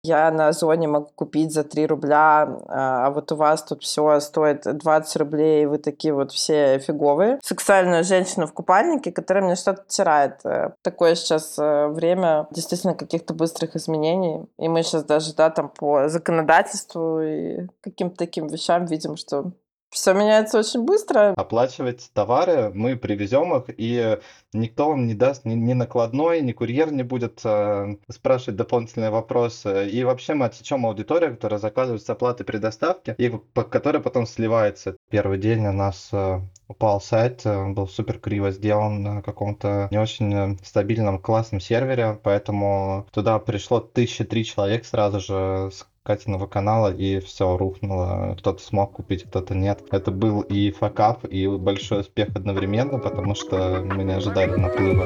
я на Озоне могу купить за 3 рубля, а вот у вас тут все стоит 20 рублей, и вы такие вот все фиговые. Сексуальную женщину в купальнике, которая мне что-то тирает. Такое сейчас время действительно каких-то быстрых изменений. И мы сейчас даже, да, там по законодательству и каким-то таким вещам видим, что все меняется очень быстро. Оплачивать товары, мы привезем их, и никто вам не даст ни накладной, ни курьер не будет спрашивать дополнительные вопросы. И вообще мы отсечем аудиторию, которая заказывает с оплаты при доставке, и которая потом сливается. Первый день у нас упал сайт, он был супер криво сделан на каком-то не очень стабильном классном сервере, поэтому туда пришло 1003 человек сразу же с Катиного канала, и все рухнуло. Кто-то смог купить, кто-то нет. Это был и факап, и большой успех одновременно, потому что мы не ожидали наплыва.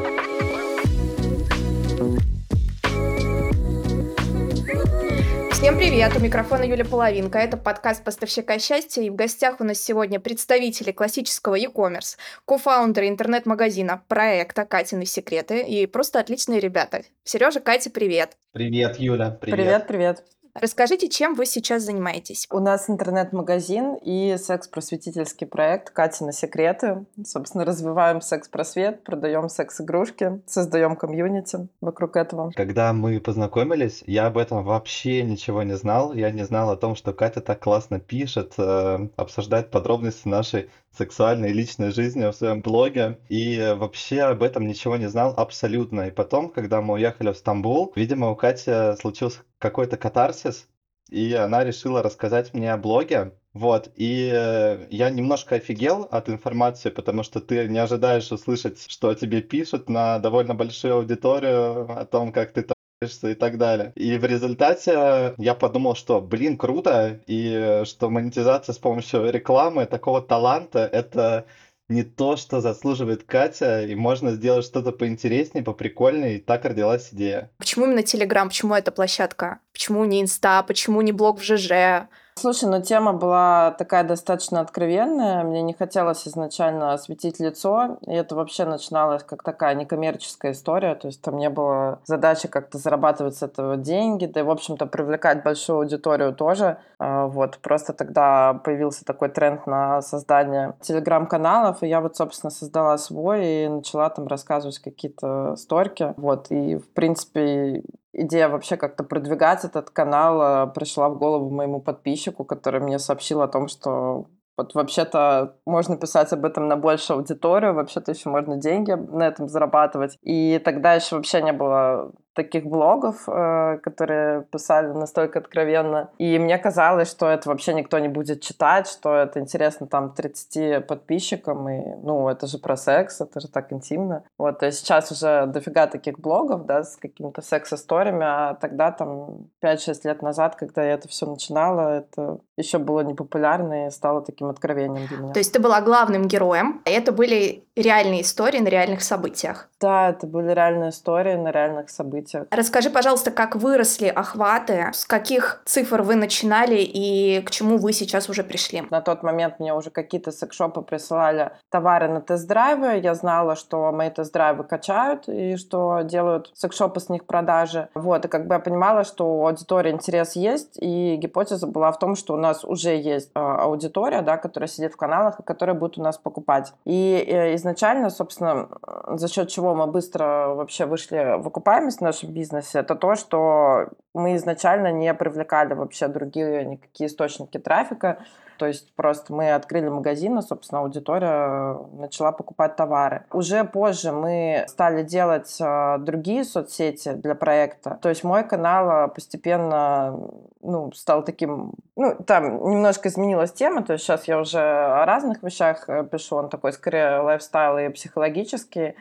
Всем привет! У микрофона Юлия Половинка. Это подкаст «Поставщика счастья». И в гостях у нас сегодня представители классического e-commerce, кофаундеры интернет-магазина проекта «Катины секреты» и просто отличные ребята. Сережа, Катя, привет! Привет, Юля, Привет, привет. Расскажите, чем вы сейчас занимаетесь? У нас интернет-магазин и секс-просветительский проект «Катины секреты». Собственно, развиваем секс-просвет, продаем секс-игрушки, создаем комьюнити вокруг этого. Когда мы познакомились, я об этом вообще ничего не знал. Я не знал о том, что Катя так классно пишет, обсуждает подробности нашей сексуальной и личной жизни в своем блоге. И вообще об этом ничего не знал абсолютно. И потом, когда мы уехали в Стамбул, видимо, у Кати случился какой-то катарсис, и она решила рассказать мне о блоге. Вот, и я немножко офигел от информации, потому что ты не ожидаешь услышать, что тебе пишут на довольно большую аудиторию о том, как ты таришься и так далее. И в результате я подумал, что, блин, круто, и что монетизация с помощью рекламы такого таланта — это не то, что заслуживает Катя, и можно сделать что-то поинтереснее, поприкольнее, и так родилась идея. Почему именно Телеграм? Почему эта площадка? Почему не Инста? Почему не блог в ЖЖ? Слушай, ну тема была такая достаточно откровенная. Мне не хотелось изначально осветить лицо. И это вообще начиналось как такая некоммерческая история. То есть там не было задачи как-то зарабатывать с этого деньги. Да и, в общем-то, привлекать большую аудиторию тоже. Вот. Просто тогда появился такой тренд на создание телеграм-каналов. И я вот, собственно, создала свой и начала там рассказывать какие-то сторики. Вот. И, в принципе, идея вообще как-то продвигать этот канал пришла в голову моему подписчику, который мне сообщил о том, что вот вообще-то можно писать об этом на большую аудиторию, вообще-то еще можно деньги на этом зарабатывать. И тогда еще вообще не было таких блогов, которые писали настолько откровенно. И мне казалось, что это вообще никто не будет читать, что это интересно там 30 подписчикам, и, ну, это же про секс, это же так интимно. Вот, то есть сейчас уже дофига таких блогов, да, с какими-то секс-историями, а тогда там 5-6 лет назад, когда я это все начинала, это еще было непопулярно и стало таким откровением для меня. То есть ты была главным героем, и это были реальные истории на реальных событиях. Да, это были реальные истории на реальных событиях. Расскажи, пожалуйста, как выросли охваты, с каких цифр вы начинали и к чему вы сейчас уже пришли? На тот момент мне уже какие-то секс-шопы присылали товары на тест-драйвы. Я знала, что мои тест-драйвы качают и что делают секс-шопы с них продажи. Вот, и как бы я понимала, что у аудитории интерес есть, и гипотеза была в том, что у нас уже есть аудитория, да, которая сидит в каналах и которая будет у нас покупать. И изначально, собственно, за счет чего мы быстро вообще вышли в окупаемость в нашем бизнесе, это то, что мы изначально не привлекали вообще другие никакие источники трафика. То есть просто мы открыли магазин, и, собственно, аудитория начала покупать товары. Уже позже мы стали делать другие соцсети для проекта. То есть мой канал постепенно стал таким... там немножко изменилась тема, то есть сейчас я уже о разных вещах пишу, он такой скорее лайфстайл и психологический.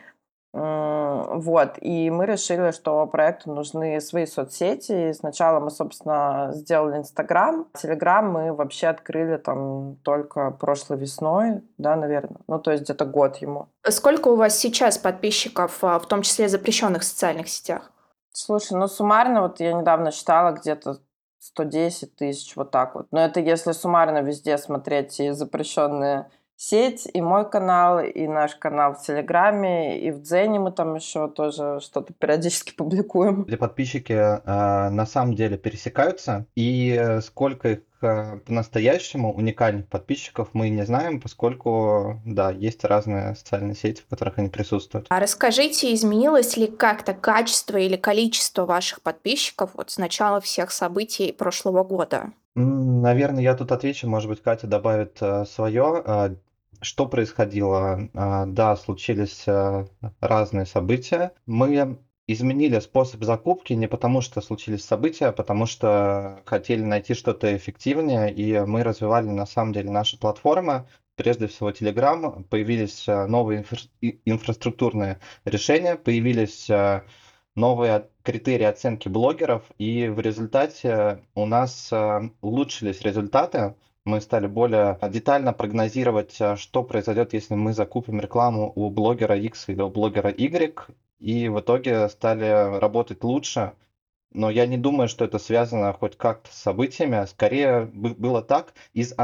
Вот, и мы решили, что проекту нужны свои соцсети. И сначала мы, собственно, сделали Инстаграм. Телеграм мы вообще открыли там только прошлой весной, да, наверное. Ну, то есть где-то год ему. Сколько у вас сейчас подписчиков, в том числе запрещенных социальных сетях? Слушай, суммарно, вот я недавно считала, где-то 110 тысяч, вот так вот. Но это если суммарно везде смотреть и запрещенные сеть, и мой канал, и наш канал в Телеграме, и в Дзене мы там еще тоже что-то периодически публикуем. Где подписчики на самом деле пересекаются, и сколько их по-настоящему уникальных подписчиков мы не знаем, поскольку, да, есть разные социальные сети, в которых они присутствуют. А расскажите, изменилось ли как-то качество или количество ваших подписчиков вот с начала всех событий прошлого года? Наверное, я тут отвечу, может быть, Катя добавит свое. Что происходило? Да, случились разные события. Мы изменили способ закупки не потому, что случились события, а потому что хотели найти что-то эффективнее, и мы развивали на самом деле наши платформы. Прежде всего, Telegram, появились новые инфраструктурные решения, появились новые критерии оценки блогеров, и в результате у нас улучшились результаты. Мы стали более детально прогнозировать, что произойдет, если мы закупим рекламу у блогера X или у блогера Y, и в итоге стали работать лучше. Но я не думаю, что это связано хоть как-то с событиями. Скорее было так,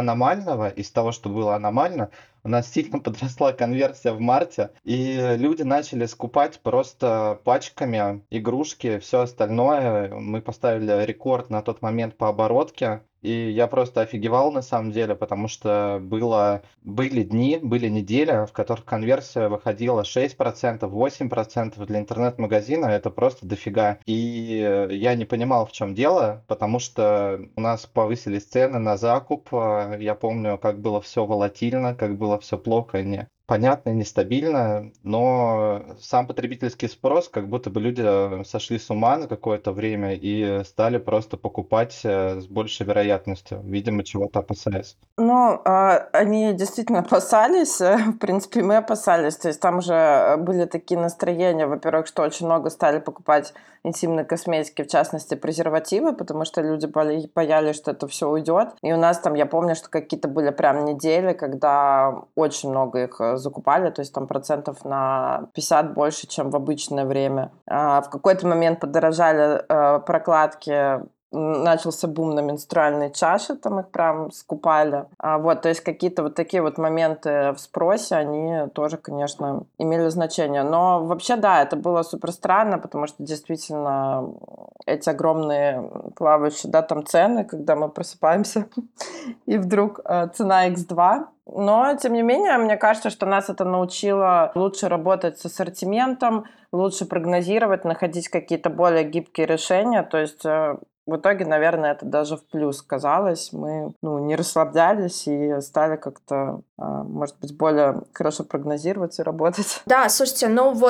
из того, что было аномально, у нас сильно подросла конверсия в марте, и люди начали скупать просто пачками игрушки, все остальное. Мы поставили рекорд на тот момент по оборотке, и я просто офигевал на самом деле, потому что были дни, были недели, в которых конверсия выходила 6%, 8% для интернет-магазина, это просто дофига. И я не понимал, в чем дело, потому что у нас повысились цены на закуп. Я помню, как было все волатильно, как было все плохо, непонятно, нестабильно, но сам потребительский спрос, как будто бы люди сошли с ума на какое-то время и стали просто покупать с большей вероятностью, видимо, чего-то опасаясь. Ну, они действительно опасались, в принципе, мы опасались, то есть там уже были такие настроения, во-первых, что очень много стали покупать интимной косметики, в частности, презервативы, потому что люди боялись, что это все уйдет, и у нас там, я помню, что какие-то были прям недели, когда очень много их закупали, то есть там процентов на 50 больше, чем в обычное время. В какой-то момент подорожали прокладки, начался бум на менструальные чаши, там их прям скупали. То есть какие-то вот такие вот моменты в спросе, они тоже, конечно, имели значение. Но вообще, да, это было супер странно, потому что действительно эти огромные плавающие, да, там цены, когда мы просыпаемся, и вдруг цена X2. Но, тем не менее, мне кажется, что нас это научило лучше работать с ассортиментом, лучше прогнозировать, находить какие-то более гибкие решения. То есть в итоге, наверное, это даже в плюс сказалось. Мы не расслаблялись и стали как-то, может быть, более хорошо прогнозировать и работать. Да, слушайте,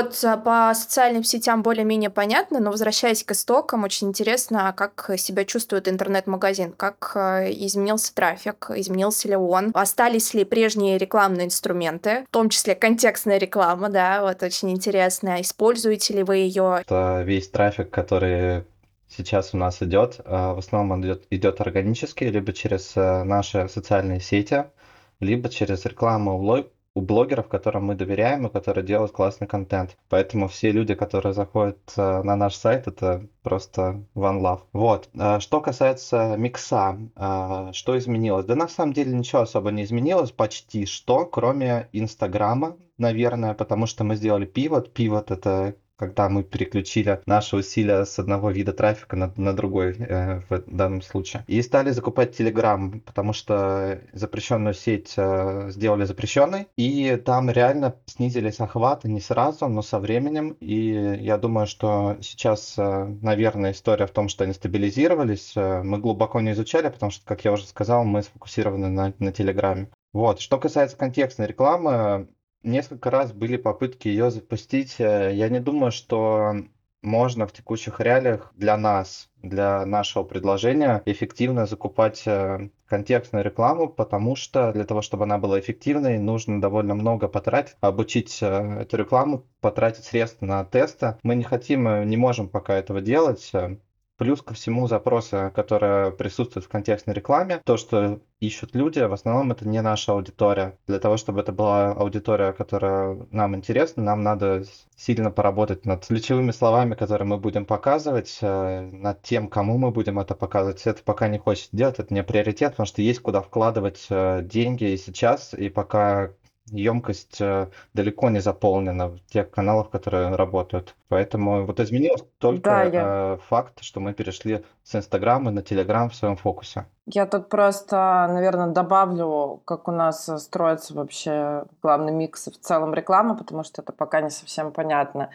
по социальным сетям более-менее понятно, но возвращаясь к истокам, очень интересно, как себя чувствует интернет-магазин, как изменился трафик, изменился ли он, остались ли прежние рекламные инструменты, в том числе контекстная реклама, да, вот очень интересно, используете ли вы ее? Это весь трафик, который сейчас у нас идет, в основном он идет органически, либо через наши социальные сети, либо через рекламу у блогеров, которым мы доверяем и которые делают классный контент. Поэтому все люди, которые заходят на наш сайт, это просто one love. Вот. Что касается микса, что изменилось? Да на самом деле ничего особо не изменилось, почти что, кроме Инстаграма, наверное, потому что мы сделали пивот. Пивот — это когда мы переключили наши усилия с одного вида трафика на другой в данном случае. И стали закупать Telegram, потому что запрещенную сеть сделали запрещенной, и там реально снизились охваты не сразу, но со временем. И я думаю, что сейчас, наверное, история в том, что они стабилизировались. Мы глубоко не изучали, потому что, как я уже сказал, мы сфокусированы на Телеграме. Вот. Что касается контекстной рекламы, несколько раз были попытки ее запустить. Я не думаю, что можно в текущих реалиях для нас, для нашего предложения эффективно закупать контекстную рекламу, потому что для того, чтобы она была эффективной, нужно довольно много потратить, обучить эту рекламу, потратить средства на тесты. Мы не хотим, не можем пока этого делать, Плюс ко всему запросы, которые присутствуют в контекстной рекламе, то, что ищут люди, в основном это не наша аудитория. Для того, чтобы это была аудитория, которая нам интересна, нам надо сильно поработать над ключевыми словами, которые мы будем показывать, над тем, кому мы будем это показывать. Это пока не хочется делать, это не приоритет, потому что есть куда вкладывать деньги и сейчас, и пока емкость далеко не заполнена в тех каналах, которые работают. Поэтому вот изменилось Да, только факт, что мы перешли с Инстаграма на Телеграм в своем фокусе. я тут просто, наверное, добавлю, как у нас строится вообще главный микс в целом рекламы, потому что это пока не совсем понятно.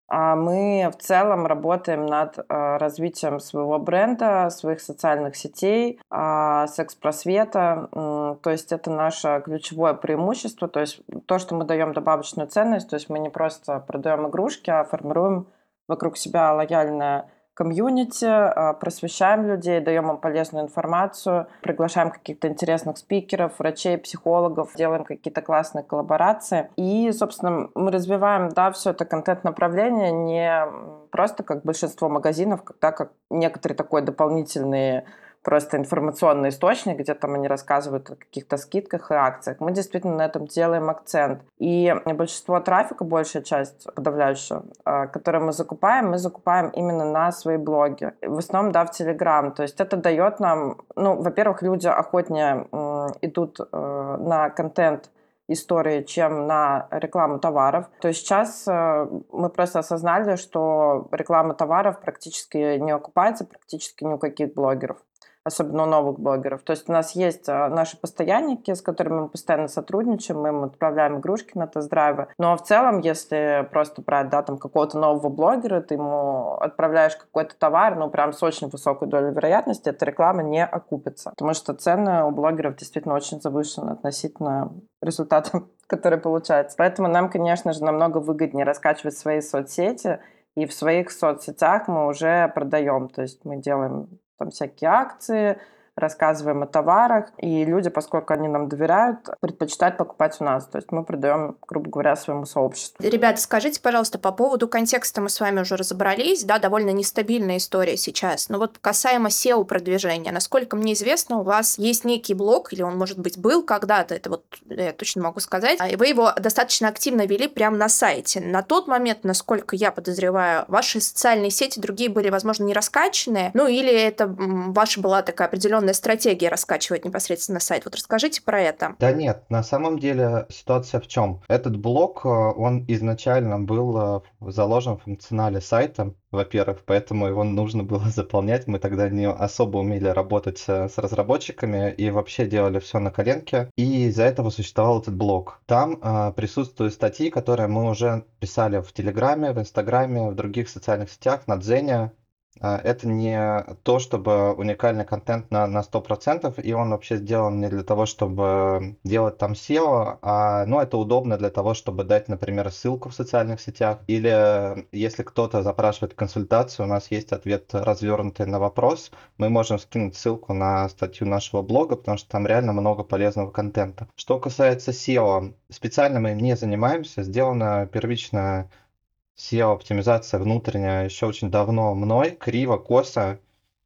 Мы в целом работаем над развитием своего бренда, своих социальных сетей, секс-просвета. То есть это наше ключевое преимущество. То есть то, что мы даем добавочную ценность. То есть мы не просто продаем игрушки, а формируем вокруг себя лояльное комьюнити, просвещаем людей, даем им полезную информацию, приглашаем каких-то интересных спикеров, врачей, психологов, делаем какие-то классные коллаборации. И, собственно, мы развиваем, да, все это контент-направление не просто как большинство магазинов, когда как некоторые такой дополнительные просто информационный источник, где там они рассказывают о каких-то скидках и акциях. Мы действительно на этом делаем акцент. И большинство трафика, большая часть, подавляющая, который мы закупаем именно на свои блоги. В основном, да, в Телеграм. То есть это дает нам, ну, во-первых, люди охотнее идут на контент истории, чем на рекламу товаров. То есть сейчас мы просто осознали, что реклама товаров практически не окупается практически ни у каких блогеров, особенно у новых блогеров. То есть у нас есть наши постоянники, с которыми мы постоянно сотрудничаем, мы им отправляем игрушки на тест-драйвы. Но в целом, если просто брать, да, там какого-то нового блогера, ты ему отправляешь какой-то товар, ну, прям с очень высокой долей вероятности, эта реклама не окупится. Потому что цены у блогеров действительно очень завышены относительно результата, который получается. Поэтому нам, конечно же, намного выгоднее раскачивать свои соцсети, и в своих соцсетях мы уже продаем. То есть мы делаем там всякие акции, рассказываем о товарах, и люди, поскольку они нам доверяют, предпочитают покупать у нас. То есть мы продаем, грубо говоря, своему сообществу. Ребята, скажите, пожалуйста, по поводу контекста мы с вами уже разобрались, да, довольно нестабильная история сейчас. Но вот касаемо SEO-продвижения, насколько мне известно, у вас есть некий блог, или он, может быть, был когда-то, это вот я точно могу сказать, и вы его достаточно активно вели прямо на сайте. На тот момент, насколько я подозреваю, ваши социальные сети другие были, возможно, не раскачанные, ну или это ваша была такая определенная стратегия раскачивать непосредственно сайт. Вот расскажите про это. Да нет, на самом деле ситуация в чем? Этот блок, он изначально был заложен в функционале сайта, во-первых, поэтому его нужно было заполнять. Мы тогда не особо умели работать с разработчиками и вообще делали все на коленке. И из-за этого существовал этот блок. Там присутствуют статьи, которые мы уже писали в Телеграме, в Инстаграме, в других социальных сетях, на Дзене. Это не то, чтобы уникальный контент на 100%, и он вообще сделан не для того, чтобы делать там SEO, ну, это удобно для того, чтобы дать, например, ссылку в социальных сетях, или если кто-то запрашивает консультацию, у нас есть ответ развернутый на вопрос, мы можем скинуть ссылку на статью нашего блога, потому что там реально много полезного контента. Что касается SEO, специально мы им не занимаемся, сделана первичная SEO-оптимизация внутренняя еще очень давно мной, криво, косо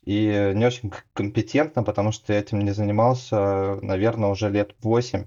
и не очень компетентно, потому что я этим не занимался, наверное, уже лет 8.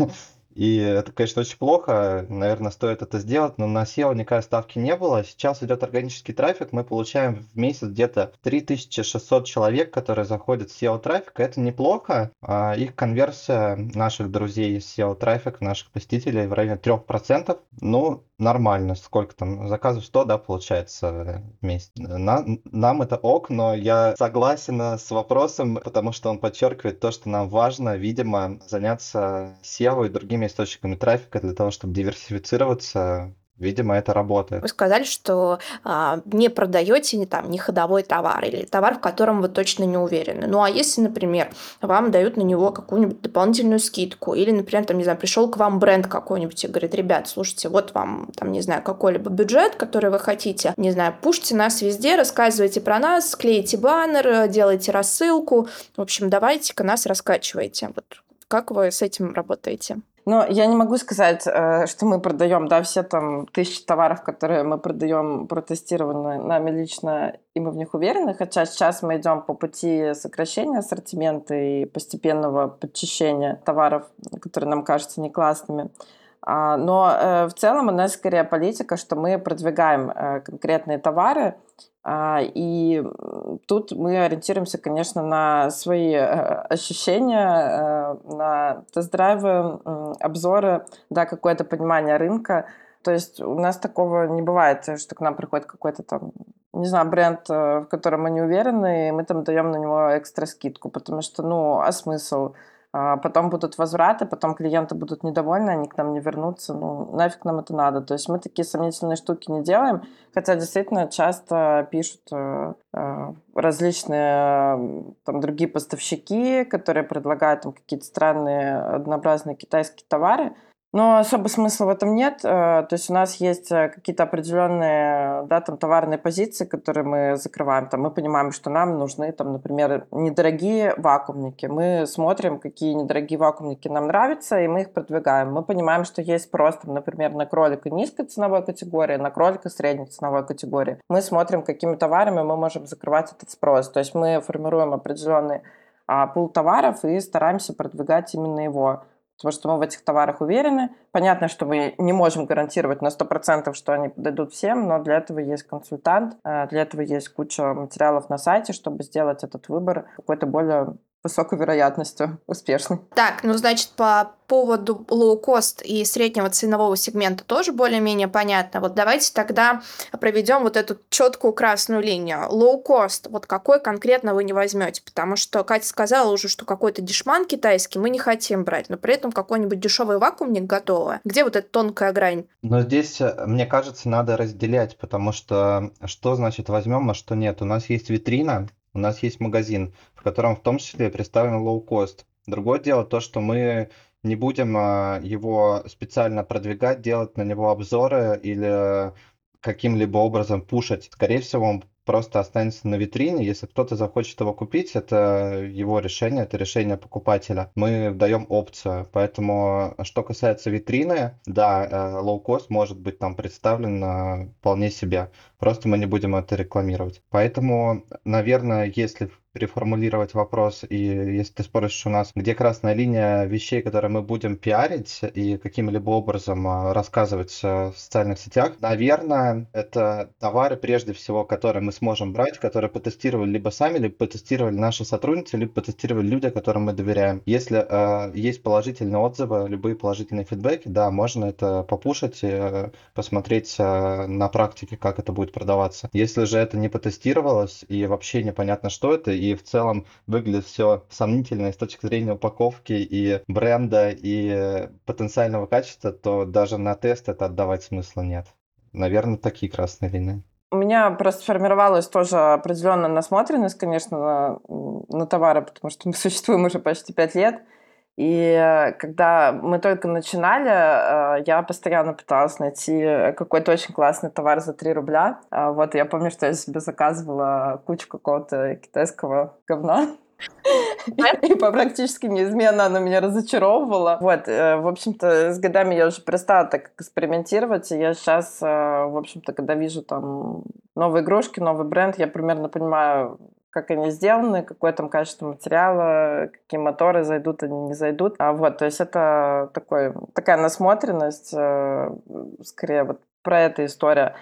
И это, конечно, очень плохо, наверное, стоит это сделать, но на SEO никакой ставки не было. Сейчас идет органический трафик, мы получаем в месяц где-то 3600 человек, которые заходят в SEO-трафик, это неплохо. Их конверсия наших друзей из SEO-трафика, наших посетителей в районе 3%. Ну, нормально, сколько там, заказов 100, да, получается в месяц. Нам это ок, но я согласен с вопросом, потому что он подчеркивает то, что нам важно, видимо, заняться SEO и другими источниками трафика для того, чтобы диверсифицироваться. Видимо, это работает. Вы сказали, что не продаете не ходовой товар или товар, в котором вы точно не уверены. Ну а если, например, вам дают на него какую-нибудь дополнительную скидку, или, например, там, не знаю, пришел к вам бренд какой-нибудь и говорит: ребят, слушайте, вот вам, там, не знаю, какой-либо бюджет, который вы хотите, не знаю, пушьте нас везде, рассказывайте про нас, склейте баннер, делайте рассылку, в общем, давайте-ка нас раскачивайте. Вот Как вы с этим работаете? Но я не могу сказать, что мы продаем, да, все там тысячи товаров, которые мы продаем, протестированы нами лично, и мы в них уверены. Хотя сейчас мы идем по пути сокращения ассортимента и постепенного подчищения товаров, которые нам кажутся не классными. Но в целом у нас скорее политика, что мы продвигаем конкретные товары, и тут мы ориентируемся, конечно, на свои ощущения, на тест-драйвы, обзоры, да, какое-то понимание рынка. То есть у нас такого не бывает, что к нам приходит какой-то там, не знаю, бренд, в котором мы не уверены, и мы там даем на него экстра скидку, потому что, а смысл? Потом будут возвраты, потом клиенты будут недовольны, они к нам не вернутся. Нафиг нам это надо. То есть мы такие сомнительные штуки не делаем, хотя действительно часто пишут различные там другие поставщики, которые предлагают там какие-то странные однообразные китайские товары. Но особо смысла в этом нет. То есть у нас есть какие-то определенные, да, там, товарные позиции, которые мы закрываем. Там, мы понимаем, что нам нужны, там, например, недорогие вакуумники. Мы смотрим, какие недорогие вакуумники нам нравятся, и мы их продвигаем. Мы понимаем, что есть спрос, там, например, на кролика низкой ценовой категории, на кролика средней ценовой категории. Мы смотрим, какими товарами мы можем закрывать этот спрос. То есть мы формируем определенный пул товаров и стараемся продвигать именно его. Потому что мы в этих товарах уверены. Понятно, что мы не можем гарантировать на 100%, что они подойдут всем, но для этого есть консультант, для этого есть куча материалов на сайте, чтобы сделать этот выбор какой-то более высокой вероятностью успешный. Так, значит, по поводу low-cost и среднего ценового сегмента тоже более-менее понятно. Вот давайте тогда проведем вот эту четкую красную линию. Low-cost, вот какой конкретно вы не возьмете? Потому что Катя сказала уже, что какой-то дешман китайский мы не хотим брать, но при этом какой-нибудь дешевый вакуумник готовый. Где вот эта тонкая грань? Но здесь, мне кажется, надо разделять, потому что значит возьмем, а что нет. У нас есть витрина, у нас есть магазин, в котором в том числе представлен low-cost. Другое дело то, что мы не будем его специально продвигать, делать на него обзоры или каким-либо образом пушить. Скорее всего, он просто останется на витрине. Если кто-то захочет его купить, это его решение, это решение покупателя. Мы даем опцию. Поэтому, что касается витрины, да, low-cost может быть там представлен вполне себе. Просто мы не будем это рекламировать. Поэтому, наверное, если переформулировать вопрос, и если ты спросишь у нас, где красная линия вещей, которые мы будем пиарить и каким-либо образом рассказывать в социальных сетях, наверное, это товары, прежде всего, которые мы сможем брать, которые потестировали либо сами, либо потестировали наши сотрудницы, либо потестировали люди, которым мы доверяем. Если есть положительные отзывы, любые положительные фидбэки, да, можно это попушить и посмотреть на практике, как это будет продаваться. Если же это не потестировалось и вообще непонятно, что это, и в целом выглядит все сомнительно с точки зрения упаковки и бренда, и потенциального качества, то даже на тест это отдавать смысла нет. Наверное, такие красные линии. У меня просто сформировалась тоже определенная насмотренность, конечно, на товары, потому что мы существуем уже почти 5 лет. И когда мы только начинали, я постоянно пыталась найти какой-то очень классный товар за 3 рубля. Вот я помню, что я себе заказывала кучу какого-то китайского говна. И практически неизменно она меня разочаровывала. Вот, в общем-то, с годами я уже перестала так экспериментировать. И я сейчас, в общем-то, когда вижу там новые игрушки, новый бренд, я примерно понимаю, как они сделаны, какое там качество материала, какие моторы зайдут, они не зайдут. Вот, то есть это такая насмотренность, скорее вот про эту историю.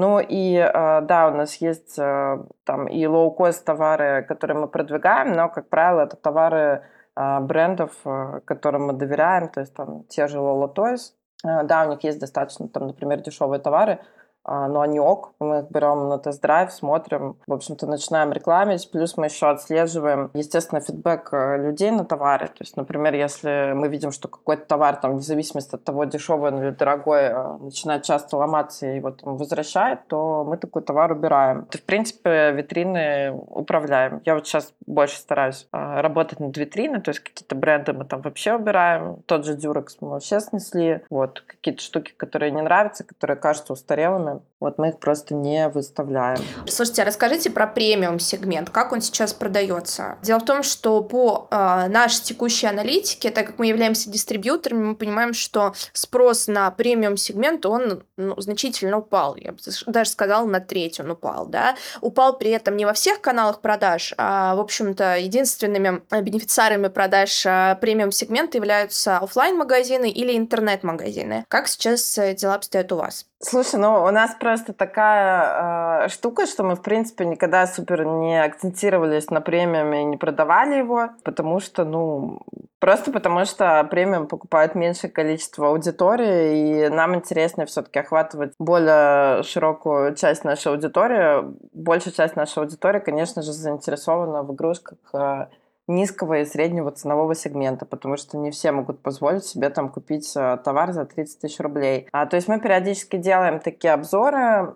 Да, у нас есть там и low-cost товары, которые мы продвигаем, но, как правило, это товары брендов, которым мы доверяем, то есть там те же Lola Toys. Да, у них есть достаточно, там, например, дешевые товары, но они ок, мы их берем на тест-драйв, смотрим, в общем-то, начинаем рекламить, плюс мы еще отслеживаем, естественно, фидбэк людей на товары, то есть, например, если мы видим, что какой-то товар, там, вне зависимости от того, дешевый он или дорогой, начинает часто ломаться и его там возвращает, то мы такой товар убираем. И, в принципе, витрины управляем. Я вот сейчас больше стараюсь работать над витриной, то есть какие-то бренды мы там вообще убираем, тот же Durex мы вообще снесли, вот, какие-то штуки, которые не нравятся, которые кажутся устарелыми, Вот мы их просто не выставляем. Слушайте, а расскажите про премиум-сегмент, как он сейчас продается? Дело в том, что по нашей текущей аналитике, так как мы являемся дистрибьюторами, мы понимаем, что спрос на премиум-сегмент, он значительно упал. Я бы даже сказала, на треть он упал, да? Упал при этом не во всех каналах продаж, а, в общем-то, единственными бенефициарами продаж премиум-сегмента являются офлайн-магазины или интернет-магазины. Как сейчас дела обстоят у вас? Слушай, у нас просто такая штука, что мы, в принципе, никогда супер не акцентировались на премиуме и не продавали его, потому что, просто потому что премиум покупает меньшее количество аудитории, и нам интереснее все-таки охватывать более широкую часть нашей аудитории. Большая часть нашей аудитории, конечно же, заинтересована в игрушках низкого и среднего ценового сегмента, потому что не все могут позволить себе там купить товар за 30 тысяч рублей. То есть мы периодически делаем такие обзоры.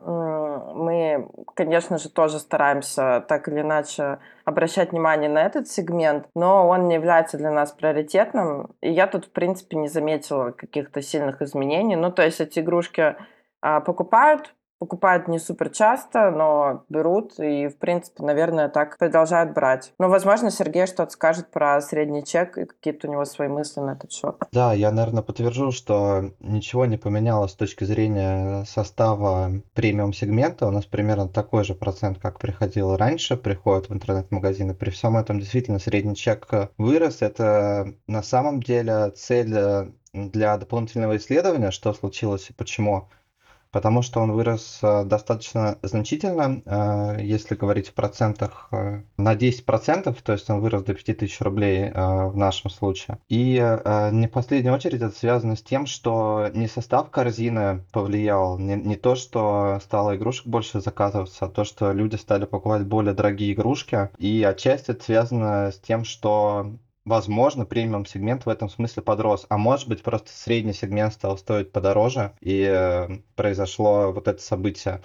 Мы, конечно же, тоже стараемся так или иначе обращать внимание на этот сегмент, но он не является для нас приоритетным. И я тут, в принципе, не заметила каких-то сильных изменений. То есть эти игрушки покупают не супер часто, но берут и, в принципе, наверное, так продолжают брать. Но, возможно, Сергей что-то скажет про средний чек и какие-то у него свои мысли на этот счет. Да, я, наверное, подтвержу, что ничего не поменялось с точки зрения состава премиум-сегмента. У нас примерно такой же процент, как приходил раньше, приходит в интернет-магазины. При всем этом действительно средний чек вырос. Это на самом деле цель для дополнительного исследования, что случилось и почему. Потому что он вырос достаточно значительно, если говорить в процентах, на 10%, то есть он вырос до 5000 рублей в нашем случае. И не в последнюю очередь это связано с тем, что не состав корзины повлиял, не то, что стало игрушек больше заказываться, а то, что люди стали покупать более дорогие игрушки. И отчасти это связано с тем, что возможно, премиум-сегмент в этом смысле подрос, а может быть, просто средний сегмент стал стоить подороже, и произошло вот это событие.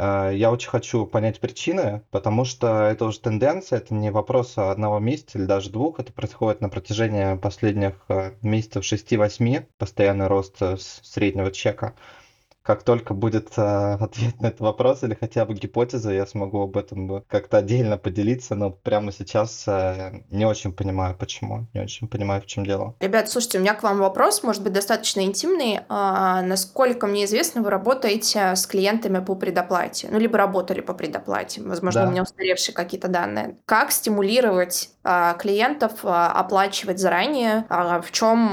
Я очень хочу понять причины, потому что это уже тенденция, это не вопрос одного месяца или даже двух, это происходит на протяжении последних месяцев 6-8, постоянный рост среднего чека. Как только будет ответ на этот вопрос или хотя бы гипотеза, я смогу об этом как-то отдельно поделиться, но прямо сейчас не очень понимаю, почему, не очень понимаю, в чем дело. Ребят, слушайте, у меня к вам вопрос, может быть, достаточно интимный. Насколько мне известно, вы работаете с клиентами по предоплате, либо работали по предоплате. Возможно, Да. у меня устаревшие какие-то данные. Как стимулировать клиентов оплачивать заранее? В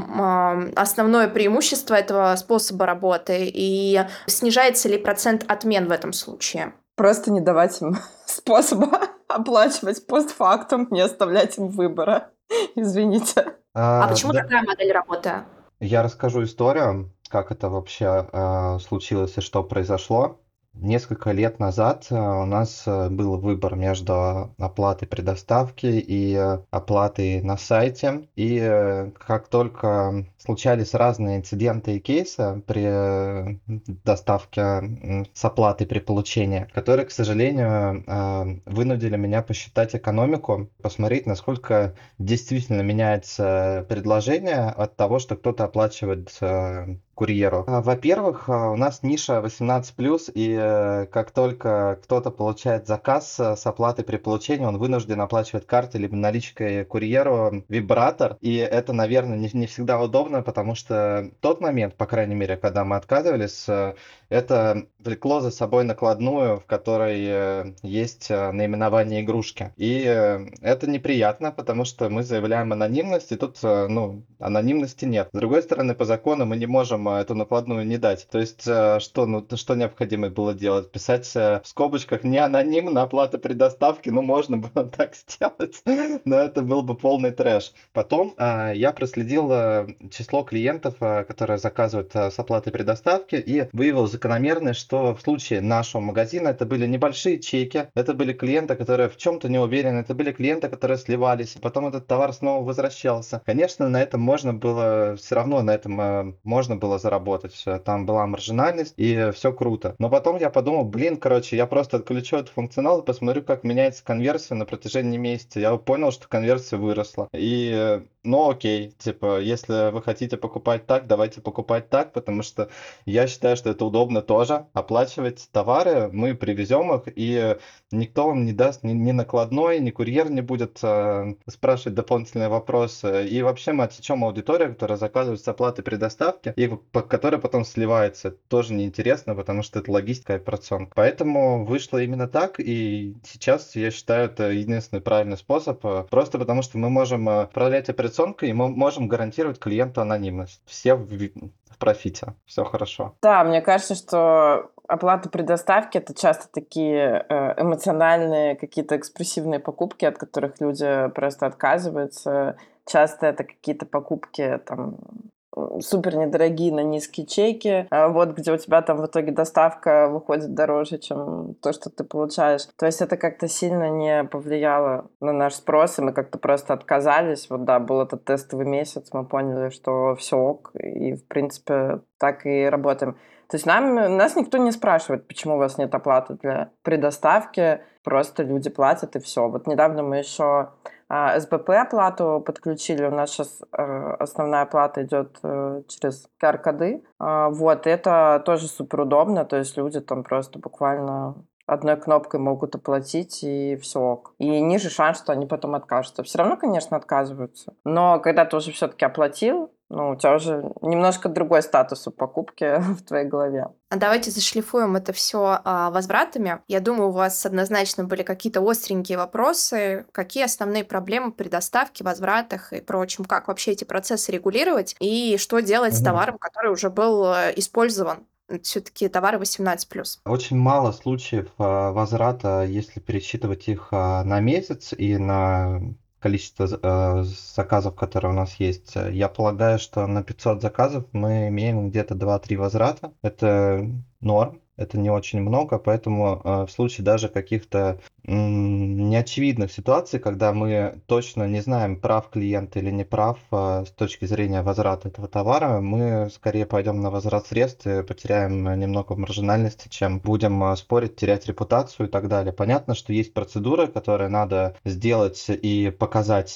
чем основное преимущество этого способа работы? И снижается ли процент отмен в этом случае? Просто не давать им способа оплачивать постфактум, не оставлять им выбора. Извините. Почему такая модель работы? Я расскажу историю, как это вообще случилось и что произошло. Несколько лет назад у нас был выбор между оплатой при доставке и оплатой на сайте. И как только случались разные инциденты и кейсы при доставке с оплатой при получении, которые, к сожалению, вынудили меня посчитать экономику, посмотреть, насколько действительно меняется предложение от того, что кто-то оплачивает курьеру. Во-первых, у нас ниша 18+, и как только кто-то получает заказ с оплатой при получении, он вынужден оплачивать картой либо наличкой курьеру вибратор. И это, наверное, не всегда удобно, потому что в тот момент, по крайней мере, когда мы отказывались, это влекло за собой накладную, в которой есть наименование игрушки. И это неприятно, потому что мы заявляем анонимность, и тут, анонимности нет. С другой стороны, по закону мы не можем эту накладную не дать. То есть, что необходимо было делать? Писать в скобочках не анонимно, оплата при доставке, можно было так сделать, но это был бы полный трэш. Потом я проследил число клиентов, которые заказывают с оплатой при доставке, и выявил закономерность, что в случае нашего магазина это были небольшие чеки, это были клиенты, которые в чем-то не уверены, это были клиенты, которые сливались, потом этот товар снова возвращался. Конечно, на этом можно было заработать. Там была маржинальность, и все круто. Но потом я подумал, короче, я просто отключу этот функционал и посмотрю, как меняется конверсия на протяжении месяца. Я понял, что конверсия выросла. Ну окей, типа, если вы хотите покупать так, давайте покупать так, потому что я считаю, что это удобно тоже. Оплачивать товары, мы привезем их, и никто вам не даст ни накладной, ни курьер не будет спрашивать дополнительные вопросы. И вообще мы отсечем аудиторию, которая заказывает с оплатой при доставке, и которая потом сливается. Это тоже неинтересно, потому что это логистика и операционка. Поэтому вышло именно так, и сейчас я считаю, это единственный правильный способ, просто потому что мы можем управлять операционкой, и мы можем гарантировать клиенту анонимность. Все в профите, все хорошо. Да, мне кажется, что оплата при доставке — это часто такие эмоциональные, какие-то экспрессивные покупки, от которых люди просто отказываются. Часто это какие-то покупки там супер недорогие на низкие чеки, вот где у тебя там в итоге доставка выходит дороже, чем то, что ты получаешь. То есть это как-то сильно не повлияло на наш спрос, и мы как-то просто отказались. Вот да, был этот тестовый месяц, мы поняли, что все ок, и в принципе так и работаем. То есть нас никто не спрашивает, почему у вас нет оплаты для предоставки, просто люди платят, и все. Вот недавно мы еще СБП оплату подключили. У нас сейчас основная оплата идет через QR-коды. Вот, и это тоже супер удобно. То есть люди там просто буквально одной кнопкой могут оплатить, и все ок. И ниже шанс, что они потом откажутся. Все равно, конечно, отказываются. Но когда ты уже все-таки оплатил, у тебя уже немножко другой статус у покупки в твоей голове. Давайте зашлифуем это все возвратами. Я думаю, у вас однозначно были какие-то остренькие вопросы. Какие основные проблемы при доставке, возвратах и прочем? Как вообще эти процессы регулировать? И что делать с товаром, который уже был использован? Все-таки товары 18+. Очень мало случаев возврата, если пересчитывать их на месяц и на количество заказов, которые у нас есть. Я полагаю, что на 500 заказов мы имеем где-то 2-3 возврата. Это норм, это не очень много, поэтому в случае даже каких-то неочевидных ситуаций, когда мы точно не знаем, прав клиент или не прав с точки зрения возврата этого товара, мы скорее пойдем на возврат средств и потеряем немного в маржинальности, чем будем спорить, терять репутацию и так далее. Понятно, что есть процедуры, которые надо сделать и показать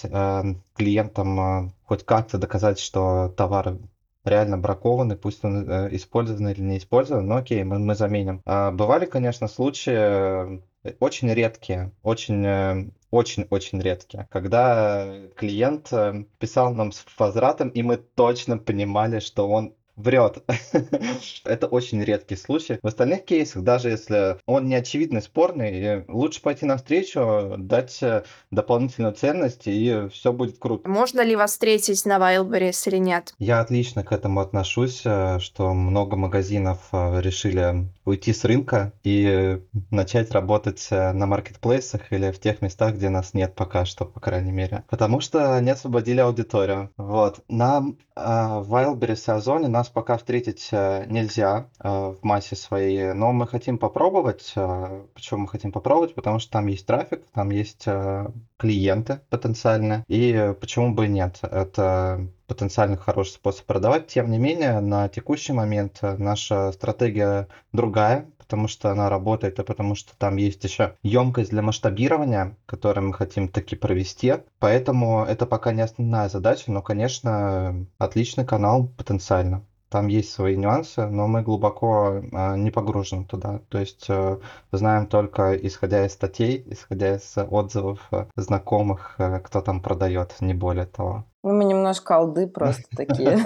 клиентам, хоть как-то доказать, что товар реально бракованный, пусть он использован или не использован, но окей, мы заменим. Бывали, конечно, случаи очень редкие, очень редкие, когда клиент писал нам с возвратом, и мы точно понимали, что он врет. Это очень редкий случай. В остальных кейсах, даже если он не очевидно спорный, лучше пойти навстречу, дать дополнительную ценность, и все будет круто. Можно ли вас встретить на Wildberries или нет? Я отлично к этому отношусь, что много магазинов решили уйти с рынка и начать работать на маркетплейсах или в тех местах, где нас нет пока что, по крайней мере. Потому что не освободили аудиторию. Вот. На Wildberries и Озоне нас пока встретить нельзя в массе своей, но мы хотим попробовать. Почему мы хотим попробовать? Потому что там есть трафик, там есть клиенты потенциальные, и почему бы и нет? Это потенциально хороший способ продавать. Тем не менее, на текущий момент наша стратегия другая, потому что она работает, и потому что там есть еще емкость для масштабирования, которую мы хотим таки провести. Поэтому это пока не основная задача, но, конечно, отличный канал потенциально. Там есть свои нюансы, но мы глубоко не погружены туда. То есть знаем только исходя из статей, исходя из отзывов знакомых, кто там продает, не более того. Мы немножко алды просто такие.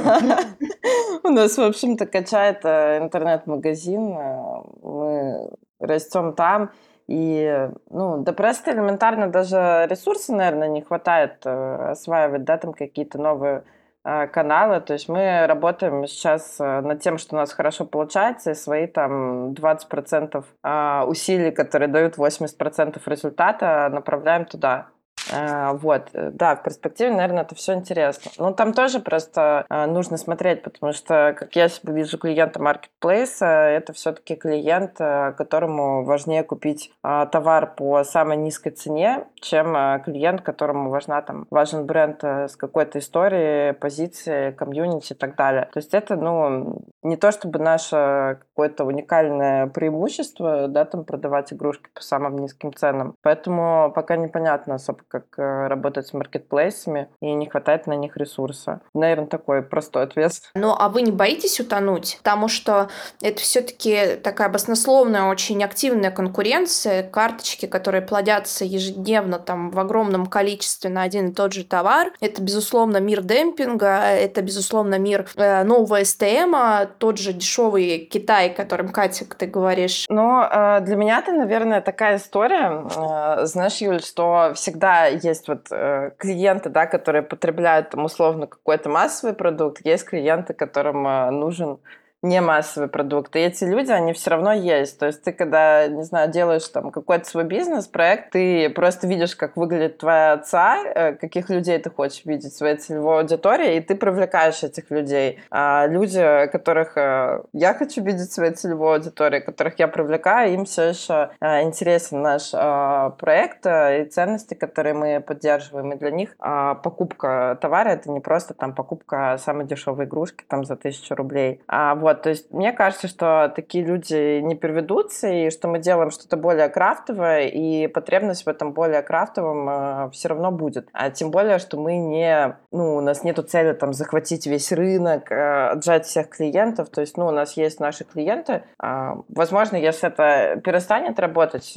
У нас, в общем-то, качает интернет-магазин, мы растем там, и, да просто элементарно даже ресурсы, наверное, не хватает осваивать, да, там какие-то новые каналы. То есть мы работаем сейчас над тем, что у нас хорошо получается, и свои там 20% усилий, которые дают 80% результата, направляем туда. Вот, да, в перспективе, наверное, это все интересно. Но там тоже просто нужно смотреть, потому что, как я себе вижу клиента маркетплейса, это все-таки клиент, которому важнее купить товар по самой низкой цене, чем клиент, которому важен бренд с какой-то историей, позицией, комьюнити и так далее. То есть это, не то чтобы наше какое-то уникальное преимущество, да, там продавать игрушки по самым низким ценам. Поэтому пока непонятно особо, как работать с маркетплейсами, и не хватает на них ресурса. Наверное, такой простой ответ. Ну, а вы не боитесь утонуть? Потому что это все-таки такая баснословная, очень активная конкуренция, карточки, которые плодятся ежедневно там в огромном количестве на один и тот же товар. Это, безусловно, мир демпинга, это, безусловно, мир нового СТМа, тот же дешевый Китай, о котором, Катя, ты говоришь. Но для меня это, наверное, такая история, знаешь, Юль, что всегда есть клиенты, да, которые потребляют там условно какой-то массовый продукт, есть клиенты, которым нужен не массовый продукт. И эти люди, они все равно есть. То есть ты, когда, не знаю, делаешь там какой-то свой бизнес-проект, ты просто видишь, как выглядит твоя цель, каких людей ты хочешь видеть в своей целевой аудитории, и ты привлекаешь этих людей. А люди, которых я хочу видеть в своей целевой аудитории, которых я привлекаю, им все еще интересен наш проект и ценности, которые мы поддерживаем. И для них покупка товара — это не просто там покупка самой дешевой игрушки там за 1000 рублей. То есть мне кажется, что такие люди не переведутся, и что мы делаем что-то более крафтовое, и потребность в этом более крафтовом все равно будет. А тем более, что мы у нас нету цели там захватить весь рынок, отжать всех клиентов. То есть, у нас есть наши клиенты. Возможно, если это перестанет работать,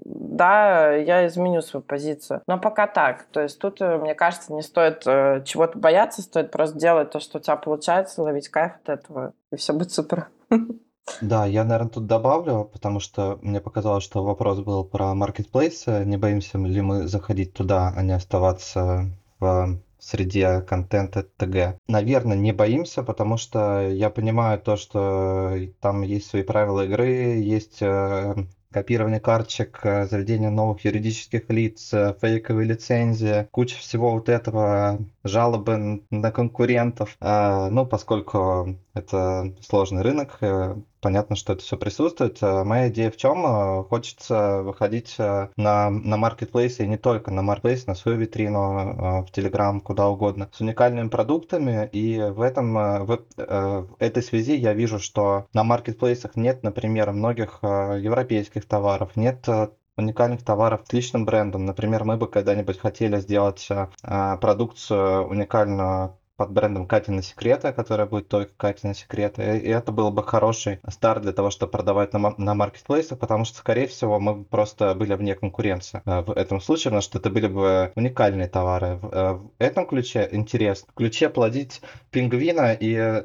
да, я изменю свою позицию. Но пока так. То есть тут, мне кажется, не стоит чего-то бояться, стоит просто делать то, что у тебя получается, ловить кайф от этого, и все будет супер. Да, я, наверное, тут добавлю, потому что мне показалось, что вопрос был про маркетплейсы. Не боимся ли мы заходить туда, а не оставаться в среде контента ТГ? Наверное, не боимся, потому что я понимаю то, что там есть свои правила игры, есть копирование карточек, заведение новых юридических лиц, фейковые лицензии, куча всего вот этого, жалобы на конкурентов. Поскольку это сложный рынок, понятно, что это все присутствует. Моя идея в чем? Хочется выходить на маркетплейсы, и не только на маркетплейс, на свою витрину, в Telegram, куда угодно, с уникальными продуктами. И в этой связи я вижу, что на маркетплейсах нет, например, многих европейских товаров, нет уникальных товаров с личным брендом. Например, мы бы когда-нибудь хотели сделать продукцию уникальную под брендом Катины секреты, которая будет только Катины секреты. И это был бы хороший старт для того, чтобы продавать на маркетплейсах, потому что, скорее всего, мы просто были вне конкуренции в этом случае, потому что это были бы уникальные товары. В этом ключе интересно. В ключе плодить пингвина и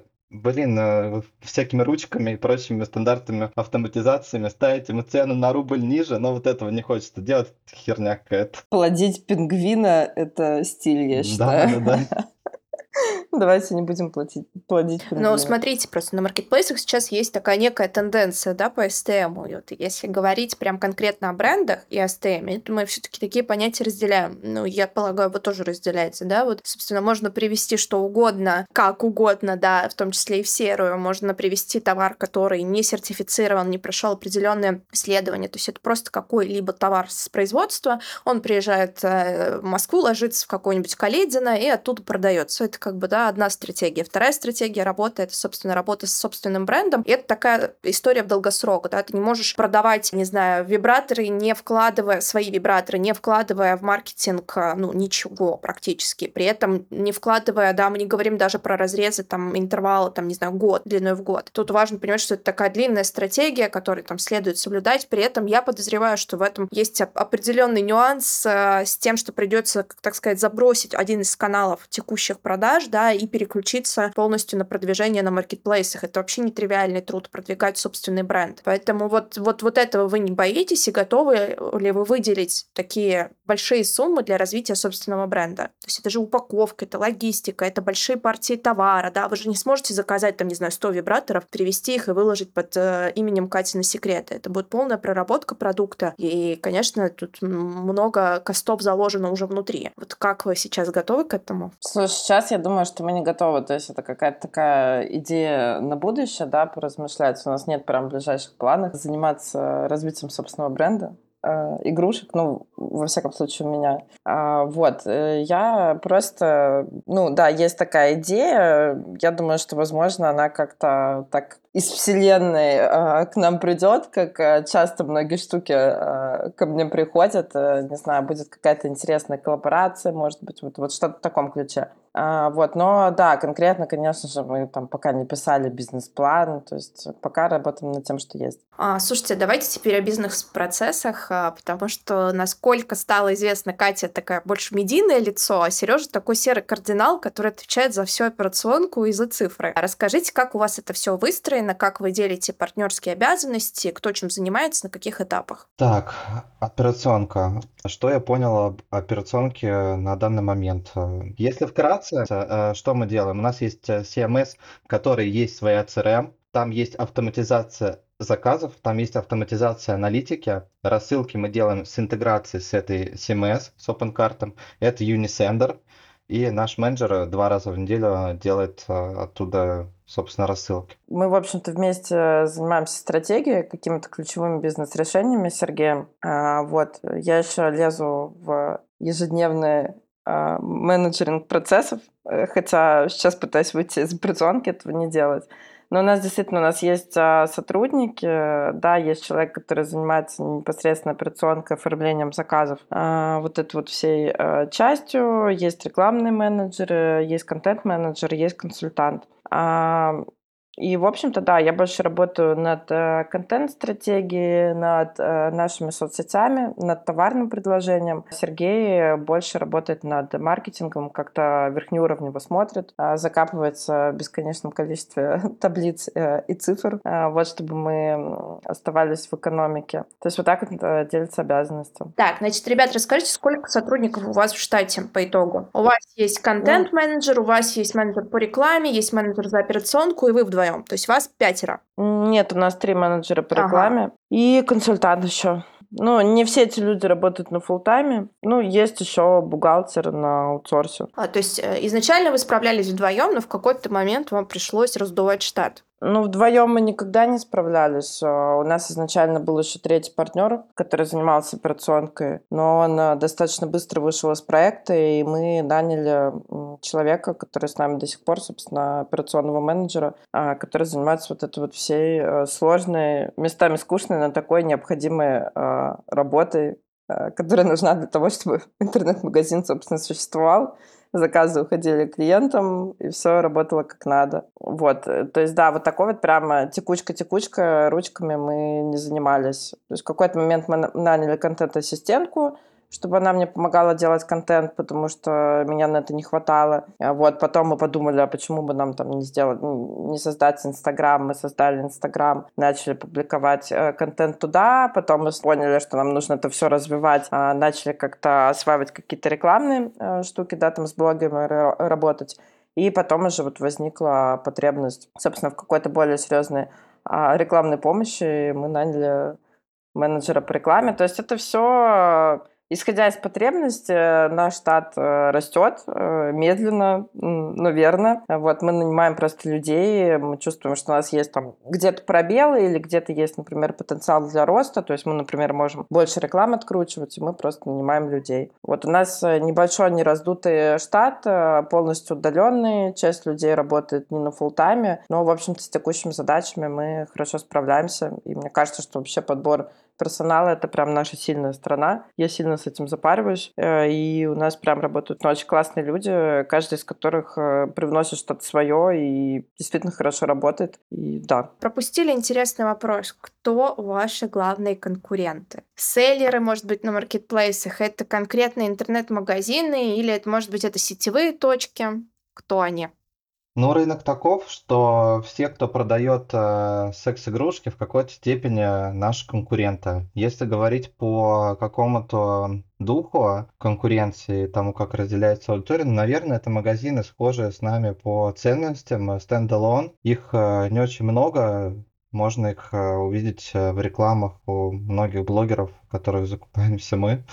всякими ручками и прочими стандартными автоматизациями ставить ему цену на рубль ниже, но вот этого не хочется делать, херня какая-то. Плодить пингвина — это стиль, я считаю. Да. Давайте не будем плодить пингвина. Но смотрите, просто на маркетплейсах сейчас есть такая некая тенденция, да, по STM. И вот если говорить прям конкретно о брендах и о STM, то мы все-таки такие понятия разделяем. Я полагаю, вы тоже разделяете, да? Вот, собственно, можно привести что угодно, как угодно, да, в том числе и в серую. Можно привести товар, который не сертифицирован, не прошел определенное исследование. То есть это просто какой-либо товар с производства. Он приезжает в Москву, ложится в какое-нибудь Каледино и оттуда продается. Это одна стратегия. Вторая стратегия работы — это, собственно, работа с собственным брендом. И это такая история в долгосрок, да, ты не можешь продавать, не знаю, вибраторы, не вкладывая в маркетинг, ничего практически. При этом не вкладывая, да, мы не говорим даже про разрезы, там, интервала, там, не знаю, год, длиной в год. Тут важно понимать, что это такая длинная стратегия, которую там следует соблюдать. При этом я подозреваю, что в этом есть определенный нюанс с тем, что придется, так сказать, забросить один из каналов текущих продаж, да, и переключиться полностью полностью на продвижение на маркетплейсах. Это вообще нетривиальный труд продвигать собственный бренд. Поэтому вот этого вы не боитесь, и готовы ли вы выделить такие большие суммы для развития собственного бренда? То есть это же упаковка, это логистика, это большие партии товара, да, вы же не сможете заказать, там, не знаю, 100 вибраторов, привезти их и выложить под именем Катины секреты. Это будет полная проработка продукта, и, конечно, тут много костов заложено уже внутри. Вот как вы сейчас готовы к этому? Слушай, сейчас я думаю, что мы не готовы. То есть это какая-то такая идея на будущее, да, поразмышлять. У нас нет прям ближайших планов заниматься развитием собственного бренда. Игрушек, ну, во всяком случае, у меня. Я просто... Ну, да, есть такая идея. Я думаю, что, возможно, она как-то так из вселенной к нам придет, как часто многие штуки ко мне приходят. Не знаю, будет какая-то интересная коллаборация, может быть, вот что-то в таком ключе. Но да, конкретно, конечно же, мы там пока не писали бизнес-план, то есть пока работаем над тем, что есть. Слушайте, давайте теперь о бизнес-процессах, потому что, насколько стало известно, Катя такая больше медийное лицо, а Сережа такой серый кардинал, который отвечает за всю операционку и за цифры. Расскажите, как у вас это все выстроено, как вы делите партнерские обязанности, кто чем занимается, на каких этапах? Так, операционка. Что я понял об операционке на данный момент? Если вкратце, что мы делаем? У нас есть CMS, в которой есть своя CRM, там есть автоматизация заказов, там есть автоматизация аналитики, рассылки мы делаем с интеграцией с этой CMS, с OpenCart, это Unisender, и наш менеджер 2 раза в неделю делает оттуда, собственно, рассылки. Мы, в общем-то, вместе занимаемся стратегией, какими-то ключевыми бизнес-решениями с Сергеем. Я еще лезу в ежедневный менеджеринг процессов, хотя сейчас пытаюсь выйти из операционки, этого не делать. Но у нас есть сотрудники, да, есть человек, который занимается непосредственно операционкой, оформлением заказов, вот этой вот всей частью, есть рекламные менеджеры, есть контент-менеджер, есть консультант. И, в общем-то, да, я больше работаю над контент-стратегией, над нашими соцсетями, над товарным предложением. Сергей больше работает над маркетингом, как-то верхнеуровнево смотрит, закапывается в бесконечном количестве таблиц и цифр, чтобы мы оставались в экономике. То есть вот так вот делятся обязанности. Так, значит, ребят, расскажите, сколько сотрудников у вас в штате по итогу? У вас есть контент-менеджер, у вас есть менеджер по рекламе, есть менеджер за операционку, и вы вдвоем. То есть вас 5. Нет, у нас 3 менеджера по рекламе и консультант еще. Не все эти люди работают на фулл-тайме. Есть еще бухгалтер на аутсорсе. То есть изначально вы справлялись вдвоем, но в какой-то момент вам пришлось раздувать штат. Вдвоем мы никогда не справлялись. У нас изначально был еще 3-й партнер, который занимался операционкой, но он достаточно быстро вышел из проекта, и мы наняли человека, который с нами до сих пор, собственно, операционного менеджера, который занимается вот этой вот всей сложной, местами скучной, но такой необходимой работой, которая нужна для того, чтобы интернет-магазин, собственно, существовал. Заказы уходили клиентам, и все работало как надо. То есть, да, вот такой вот прямо текучка, ручками мы не занимались. То есть в какой-то момент мы наняли контент-ассистентку, чтобы она мне помогала делать контент, потому что меня на это не хватало. Потом мы подумали, а почему бы нам там не создать Инстаграм. Мы создали Инстаграм, начали публиковать контент туда, потом мы поняли, что нам нужно это все развивать, начали как-то осваивать какие-то рекламные штуки, да, там с блогами работать. И потом уже возникла потребность, собственно, в какой-то более серьезной рекламной помощи. Мы наняли менеджера по рекламе. То есть это все... Исходя из потребности, наш штат растет медленно, но верно. Мы нанимаем просто людей, мы чувствуем, что у нас есть там где-то пробелы или где-то есть, например, потенциал для роста. То есть мы, например, можем больше рекламы откручивать, и мы просто нанимаем людей. У нас небольшой, не раздутый штат, полностью удаленный. Часть людей работает не на фулл-тайме, но, в общем-то, с текущими задачами мы хорошо справляемся. И мне кажется, что вообще подбор персонала — это прям наша сильная сторона. Я сильно с этим запариваюсь. И у нас прям работают очень классные люди, каждый из которых привносит что-то свое и действительно хорошо работает. И да. Пропустили интересный вопрос. Кто ваши главные конкуренты? Селлеры, может быть, на маркетплейсах? Это конкретные интернет-магазины или, может быть, это сетевые точки? Кто они? Ну, рынок таков, что все, кто продает секс-игрушки, в какой-то степени наши конкуренты. Если говорить по какому-то духу конкуренции, тому, как разделяется аудитория, ну, наверное, это магазины, схожие с нами по ценностям, стендалон. Их не очень много. Можно их увидеть в рекламах у многих блогеров, которых закупаемся мы.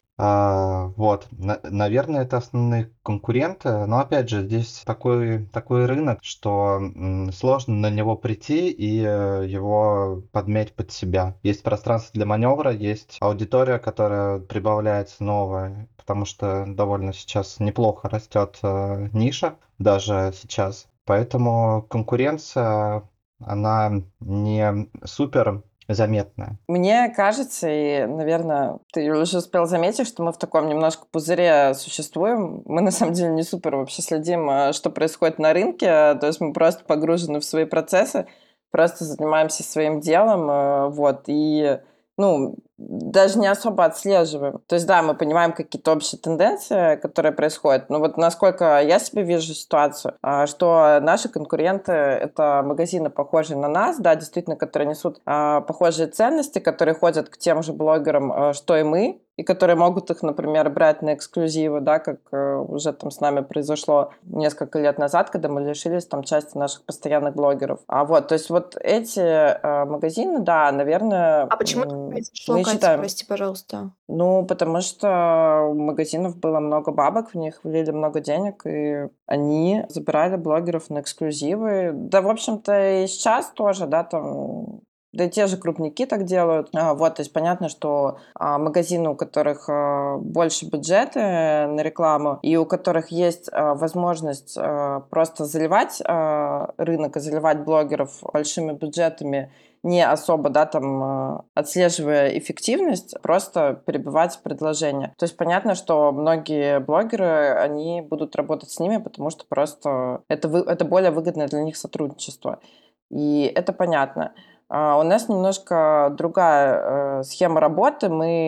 Вот, наверное, это основные конкуренты, но опять же, здесь такой рынок, что сложно на него прийти и его подмять под себя. Есть пространство для маневра, есть аудитория, которая прибавляется новая, потому что довольно сейчас неплохо растет ниша, даже сейчас. Поэтому конкуренция, она не супер заметная. Мне кажется, и, наверное, ты уже успел заметить, что мы в таком немножко пузыре существуем. Мы, на самом деле, не супер вообще следим, что происходит на рынке. То есть мы просто погружены в свои процессы, просто занимаемся своим делом, вот, и, ну, даже не особо отслеживаем. То есть, да, мы понимаем какие-то общие тенденции, которые происходят, но вот насколько я себе вижу ситуацию, что наши конкуренты — это магазины, похожие на нас, да, действительно, которые несут похожие ценности, которые ходят к тем же блогерам, что и мы, и которые могут их, например, брать на эксклюзивы, да, как уже там с нами произошло несколько лет назад, когда мы лишились там части наших постоянных блогеров. Вот, то есть вот эти магазины, да, наверное, А почему это произошло, мы Катя, считаем. прости, пожалуйста? Ну, потому что у магазинов было много бабок, в них влили много денег, и они забирали блогеров на эксклюзивы. Да, в общем-то, и сейчас тоже, да, там, да и те же крупники так делают. Вот, то есть понятно, что магазины, у которых больше бюджеты на рекламу, и у которых есть возможность просто заливать рынок и заливать блогеров большими бюджетами, не особо, да, там, отслеживая эффективность, просто перебивать предложения. То есть понятно, что многие блогеры, они будут работать с ними, потому что просто это более выгодное для них сотрудничество. И это понятно. У нас немножко другая схема работы.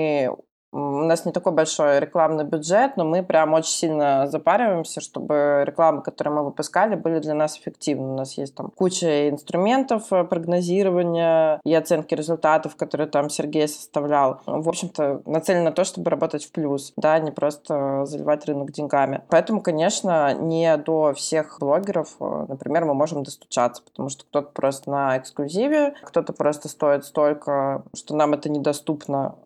У нас не такой большой рекламный бюджет, но мы прям очень сильно запариваемся, чтобы рекламы, которые мы выпускали, были для нас эффективны. У нас есть там куча инструментов прогнозирования и оценки результатов, которые там Сергей составлял. В общем-то, нацелено на то, чтобы работать в плюс, да, не просто заливать рынок деньгами. Поэтому, конечно, не до всех блогеров, например, мы можем достучаться, потому что кто-то просто на эксклюзиве, кто-то просто стоит столько, что нам это недоступно,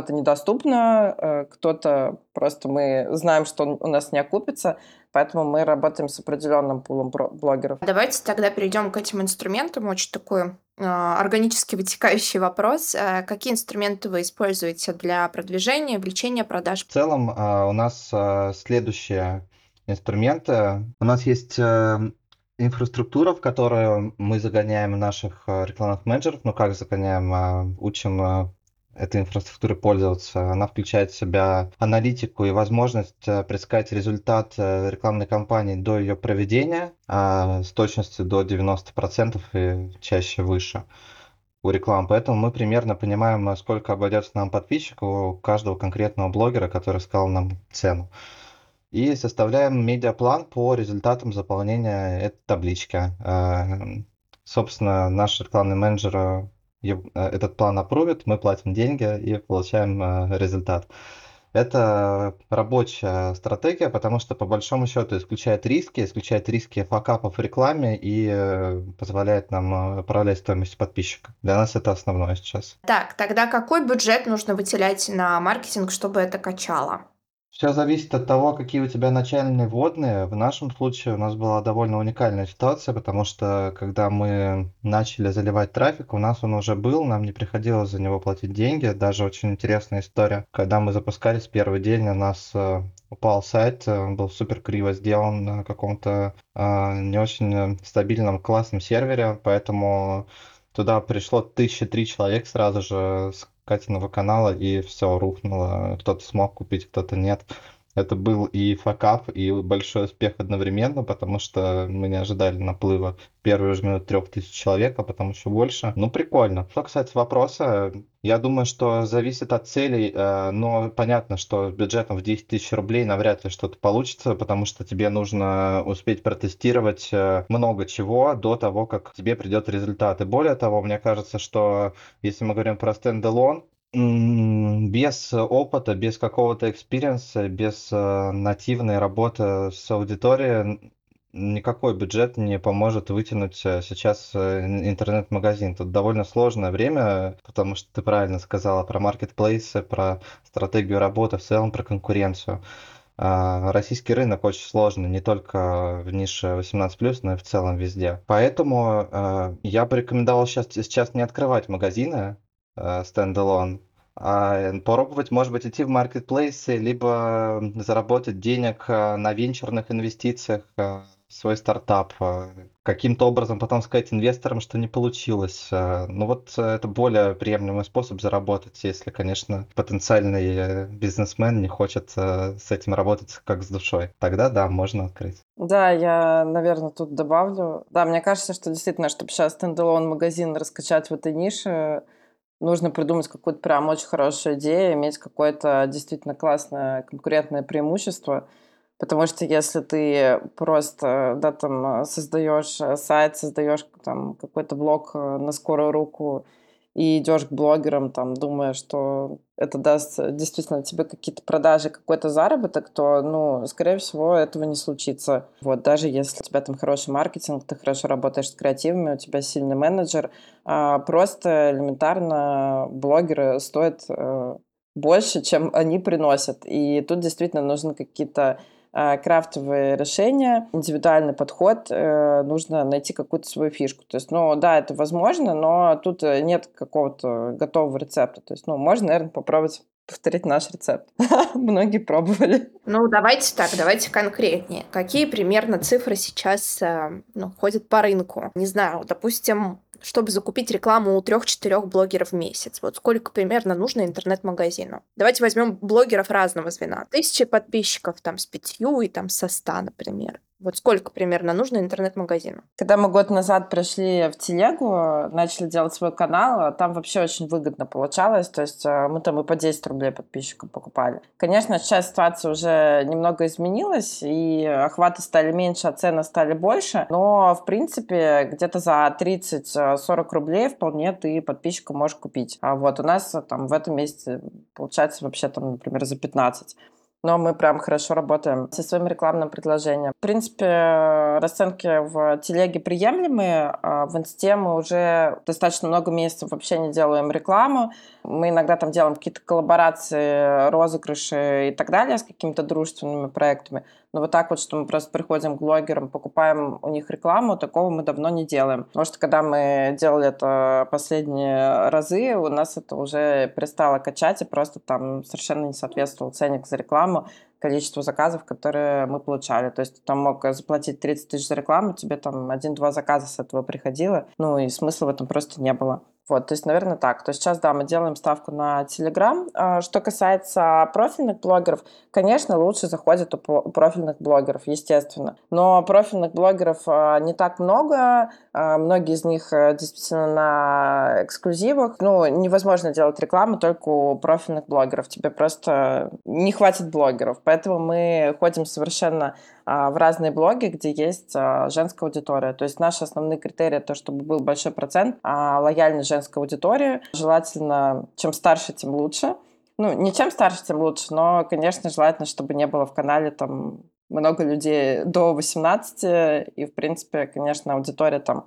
кто-то просто мы знаем, что он у нас не окупится, поэтому мы работаем с определенным пулом блогеров. Давайте тогда перейдем к этим инструментам. Очень такой органически вытекающий вопрос. Какие инструменты вы используете для продвижения, увеличения продаж? В целом у нас следующие инструменты. У нас есть инфраструктура, в которую мы загоняем наших рекламных менеджеров. Ну, как загоняем? Учим этой инфраструктурой пользоваться. Она включает в себя аналитику и возможность предсказать результат рекламной кампании до ее проведения с точностью до 90% и чаще выше у рекламы. Поэтому мы примерно понимаем, сколько обойдется нам подписчику у каждого конкретного блогера, который сказал нам цену. И составляем медиаплан по результатам заполнения этой таблички. Собственно, наш рекламный менеджер этот план аппрувит, мы платим деньги и получаем результат. Это рабочая стратегия, потому что по большому счету исключает риски факапов в рекламе и позволяет нам управлять стоимостью подписчика. Для нас это основное сейчас. Так, тогда какой бюджет нужно выделять на маркетинг, чтобы это качало? Все зависит от того, какие у тебя начальные вводные. В нашем случае у нас была довольно уникальная ситуация, потому что когда мы начали заливать трафик, у нас он уже был, нам не приходилось за него платить деньги. Даже очень интересная история. Когда мы запускались первый день, у нас упал сайт, он был супер криво сделан на каком-то не очень стабильном классном сервере, поэтому туда пришло 1003 человек сразу же с Катиного канала, и все рухнуло. Кто-то смог купить, кто-то нет. Это был и факап, и большой успех одновременно, потому что мы не ожидали наплыва в первые же минут 3000 человек, а потом еще больше. Ну, прикольно. Что касается вопроса, я думаю, что зависит от целей, но понятно, что с бюджетом в 10 тысяч рублей навряд ли что-то получится, потому что тебе нужно успеть протестировать много чего до того, как тебе придет результат. И более того, мне кажется, что если мы говорим про стендалон, без опыта, без какого-то экспириенса, без нативной работы с аудиторией никакой бюджет не поможет вытянуть сейчас интернет-магазин. Тут довольно сложное время, потому что ты правильно сказала про маркетплейсы, про стратегию работы, в целом про конкуренцию. Российский рынок очень сложный, не только в нише 18+, но и в целом везде. Поэтому я бы рекомендовал сейчас не открывать магазины стендалон, а попробовать, может быть, идти в маркетплейсы, либо заработать денег на венчурных инвестициях в свой стартап. Каким-то образом потом сказать инвесторам, что не получилось. Ну вот это более приемлемый способ заработать, если, конечно, потенциальный бизнесмен не хочет с этим работать как с душой. Тогда да, можно открыть. Да, я, наверное, тут добавлю. Да, мне кажется, что действительно, чтобы сейчас стендалон магазин раскачать в этой нише, нужно придумать какую-то прям очень хорошую идею, иметь какое-то действительно классное конкурентное преимущество. Потому что если ты просто, да, там создаешь сайт, создаешь там какой-то блог на скорую руку и идешь к блогерам, там, думая, что это даст действительно тебе какие-то продажи, какой-то заработок, то, ну, скорее всего, этого не случится. Вот, даже если у тебя там хороший маркетинг, ты хорошо работаешь с креативами, у тебя сильный менеджер, просто элементарно блогеры стоят больше, чем они приносят. И тут действительно нужны какие-то крафтовые решения, индивидуальный подход, нужно найти какую-то свою фишку. То есть, ну, да, это возможно, но тут нет какого-то готового рецепта. То есть, ну, можно, наверное, попробовать повторить наш рецепт. Многие пробовали. Ну, давайте так, давайте конкретнее. Какие примерно цифры сейчас ходят по рынку? Не знаю, допустим, чтобы закупить рекламу у 3-4 блогеров в месяц. Вот сколько примерно нужно интернет-магазину? Давайте возьмем блогеров разного звена. 1000 подписчиков там с 5 и там со 100, например. Вот сколько примерно нужно интернет-магазину? Когда мы год назад пришли в телегу, начали делать свой канал, там вообще очень выгодно получалось. То есть мы там и по 10 рублей подписчикам покупали. Конечно, сейчас ситуация уже немного изменилась, и охваты стали меньше, а цены стали больше. Но, в принципе, где-то за 30-40 рублей вполне ты подписчика можешь купить. А вот у нас там в этом месяце получается вообще там, например, за 15. Но мы прям хорошо работаем со своим рекламным предложением. В принципе, расценки в телеге приемлемые. В инсте мы уже достаточно много месяцев вообще не делаем рекламу. Мы иногда там делаем какие-то коллаборации, розыгрыши и так далее с какими-то дружественными проектами. Но вот так вот, что мы просто приходим к блогерам, покупаем у них рекламу, такого мы давно не делаем. Потому что когда мы делали это последние разы, у нас это уже перестало качать, и просто там совершенно не соответствовал ценник за рекламу количеству заказов, которые мы получали. То есть ты там мог заплатить 30 тысяч за рекламу, тебе там 1-2 заказа с этого приходило, ну и смысла в этом просто не было. Вот, то есть, наверное, так. То есть сейчас, да, мы делаем ставку на Telegram. Что касается профильных блогеров, конечно, лучше заходят у профильных блогеров, естественно. Но профильных блогеров не так много. Многие из них действительно на эксклюзивах. Ну, невозможно делать рекламу только у профильных блогеров. Тебе просто не хватит блогеров. Поэтому мы ходим совершенно в разные блоги, где есть женская аудитория. То есть наши основные критерии — то, чтобы был большой процент лояльной женской аудитории. Желательно, чем старше, тем лучше. Ну, не чем старше, тем лучше, но, конечно, желательно, чтобы не было в канале там много людей до 18, и, в принципе, конечно, аудитория там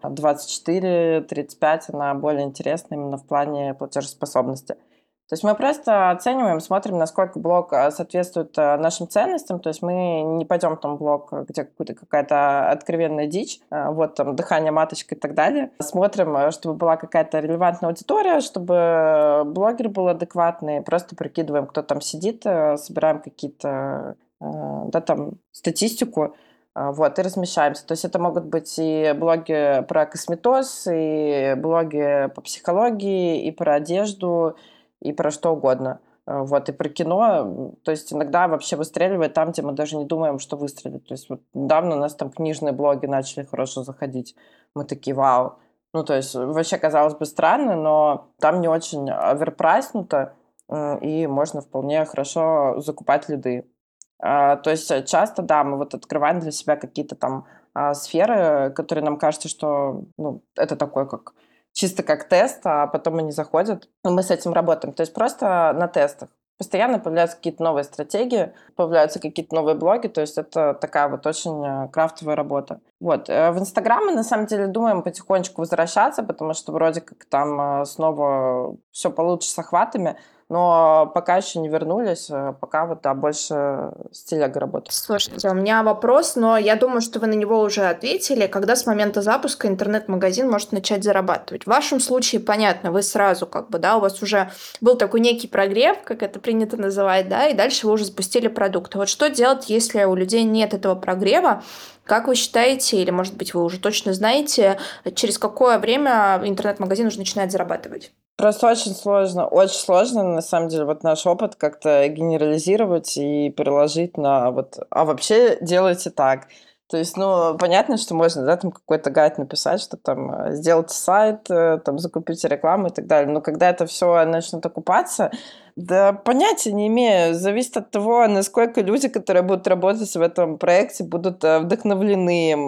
24-35, она более интересна именно в плане платежеспособности. То есть мы просто оцениваем, смотрим, насколько блог соответствует нашим ценностям. То есть мы не пойдем там в блог, где какая-то откровенная дичь, вот там дыхание маточкой и так далее. Смотрим, чтобы была какая-то релевантная аудитория, чтобы блогер был адекватный. Просто прикидываем, кто там сидит, собираем какие-то, да, там, статистику, вот, и размещаемся. То есть это могут быть и блоги про косметоз, и блоги по психологии, и про одежду, и про что угодно. Вот, и про кино, то есть иногда вообще выстреливает там, где мы даже не думаем, что выстрелит. То есть вот недавно у нас там книжные блоги начали хорошо заходить. Мы такие, вау. Ну, то есть вообще, казалось бы, странно, но там не очень оверпрайснуто, и можно вполне хорошо закупать лиды. То есть часто, да, мы вот открываем для себя какие-то там сферы, которые нам кажется, что ну, это такой как чисто как тест, а потом они заходят, и мы с этим работаем. То есть просто на тестах. Постоянно появляются какие-то новые стратегии, появляются какие-то новые блоги, то есть это такая вот очень крафтовая работа. Вот. В Инстаграм мы на самом деле думаем потихонечку возвращаться, потому что вроде как там снова все получше с охватами, но пока еще не вернулись, пока вот, да, больше с телегой работаем. Слушайте, у меня вопрос, но я думаю, что вы на него уже ответили. Когда с момента запуска интернет-магазин может начать зарабатывать? В вашем случае, понятно, вы сразу как бы, да, у вас уже был такой некий прогрев, как это принято называть, да, и дальше вы уже запустили продукт. Вот что делать, если у людей нет этого прогрева? Как вы считаете, или, может быть, вы уже точно знаете, через какое время интернет-магазин уже начинает зарабатывать? Просто очень сложно, на самом деле, вот наш опыт как-то генерализировать и переложить на вот, а вообще делайте так. То есть, ну, понятно, что можно, да, там какой-то гайд написать, что там сделайте сайт, там закупите рекламу и так далее. Но когда это все начнет окупаться, да понятия не имею. Зависит от того, насколько люди, которые будут работать в этом проекте, будут вдохновлены им,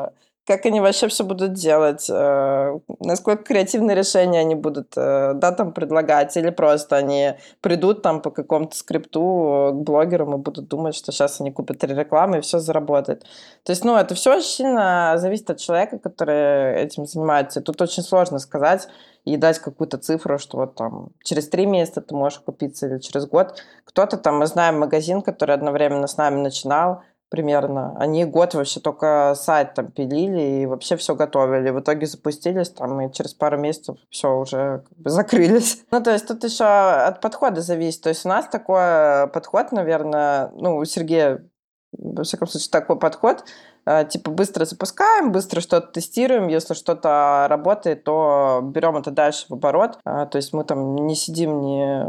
как они вообще все будут делать, насколько креативные решения они будут, да, там предлагать, или просто они придут там по какому-то скрипту к блогерам и будут думать, что сейчас они купят 3 рекламы и все заработает. То есть, ну, это все очень сильно зависит от человека, который этим занимается. И тут очень сложно сказать и дать какую-то цифру, что вот там через 3 месяца ты можешь купиться или через год. Кто-то там, мы знаем магазин, который одновременно с нами начинал, примерно. Они год вообще только сайт там пилили и вообще все готовили. В итоге запустились там и через пару месяцев все уже как бы закрылись. Ну, то есть тут еще от подхода зависит. То есть у нас такой подход, наверное, ну, у Сергея, во всяком случае, такой подход, типа быстро запускаем, быстро что-то тестируем, если что-то работает, то берем это дальше в оборот. То есть мы там не сидим, не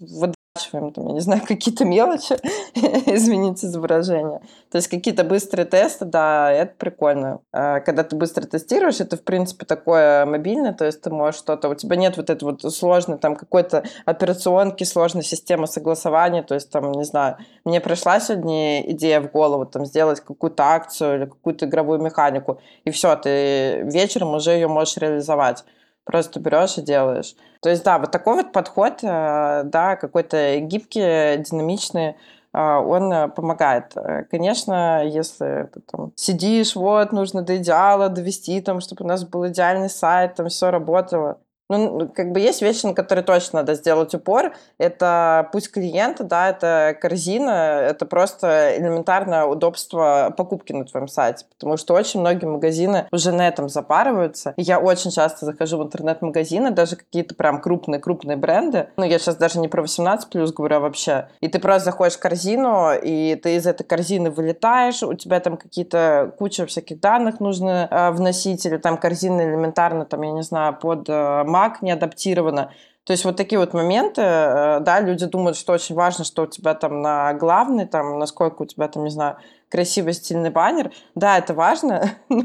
там, я не знаю, какие-то мелочи, извините за выражение. То есть какие-то быстрые тесты, да, это прикольно. Когда ты быстро тестируешь, это, в принципе, такое мобильное, то есть ты можешь что-то... У тебя нет вот этой вот сложной там какой-то операционки, сложной системы согласования, то есть там, не знаю, мне пришла сегодня идея в голову там сделать какую-то акцию или какую-то игровую механику, и все, ты вечером уже ее можешь реализовать. Просто берешь и делаешь. То есть, да, вот такой вот подход, да, какой-то гибкий, динамичный, он помогает. Конечно, если ты там сидишь, вот, нужно до идеала довести, там, чтобы у нас был идеальный сайт, там все работало. Ну, как бы есть вещи, на которые точно надо сделать упор. Это путь клиента, да, это корзина, это просто элементарное удобство покупки на твоем сайте, потому что очень многие магазины уже на этом запарываются. И я очень часто захожу в интернет-магазины, даже какие-то прям крупные бренды. Ну, я сейчас даже не про 18+, говорю, а вообще. И ты просто заходишь в корзину, и ты из этой корзины вылетаешь, у тебя там какие-то куча всяких данных нужно вносить, или там корзина элементарно, там, я не знаю, под не адаптировано. То есть вот такие вот моменты, да, люди думают, что очень важно, что у тебя там на главный, там, насколько у тебя там, не знаю, красивый стильный баннер. Да, это важно,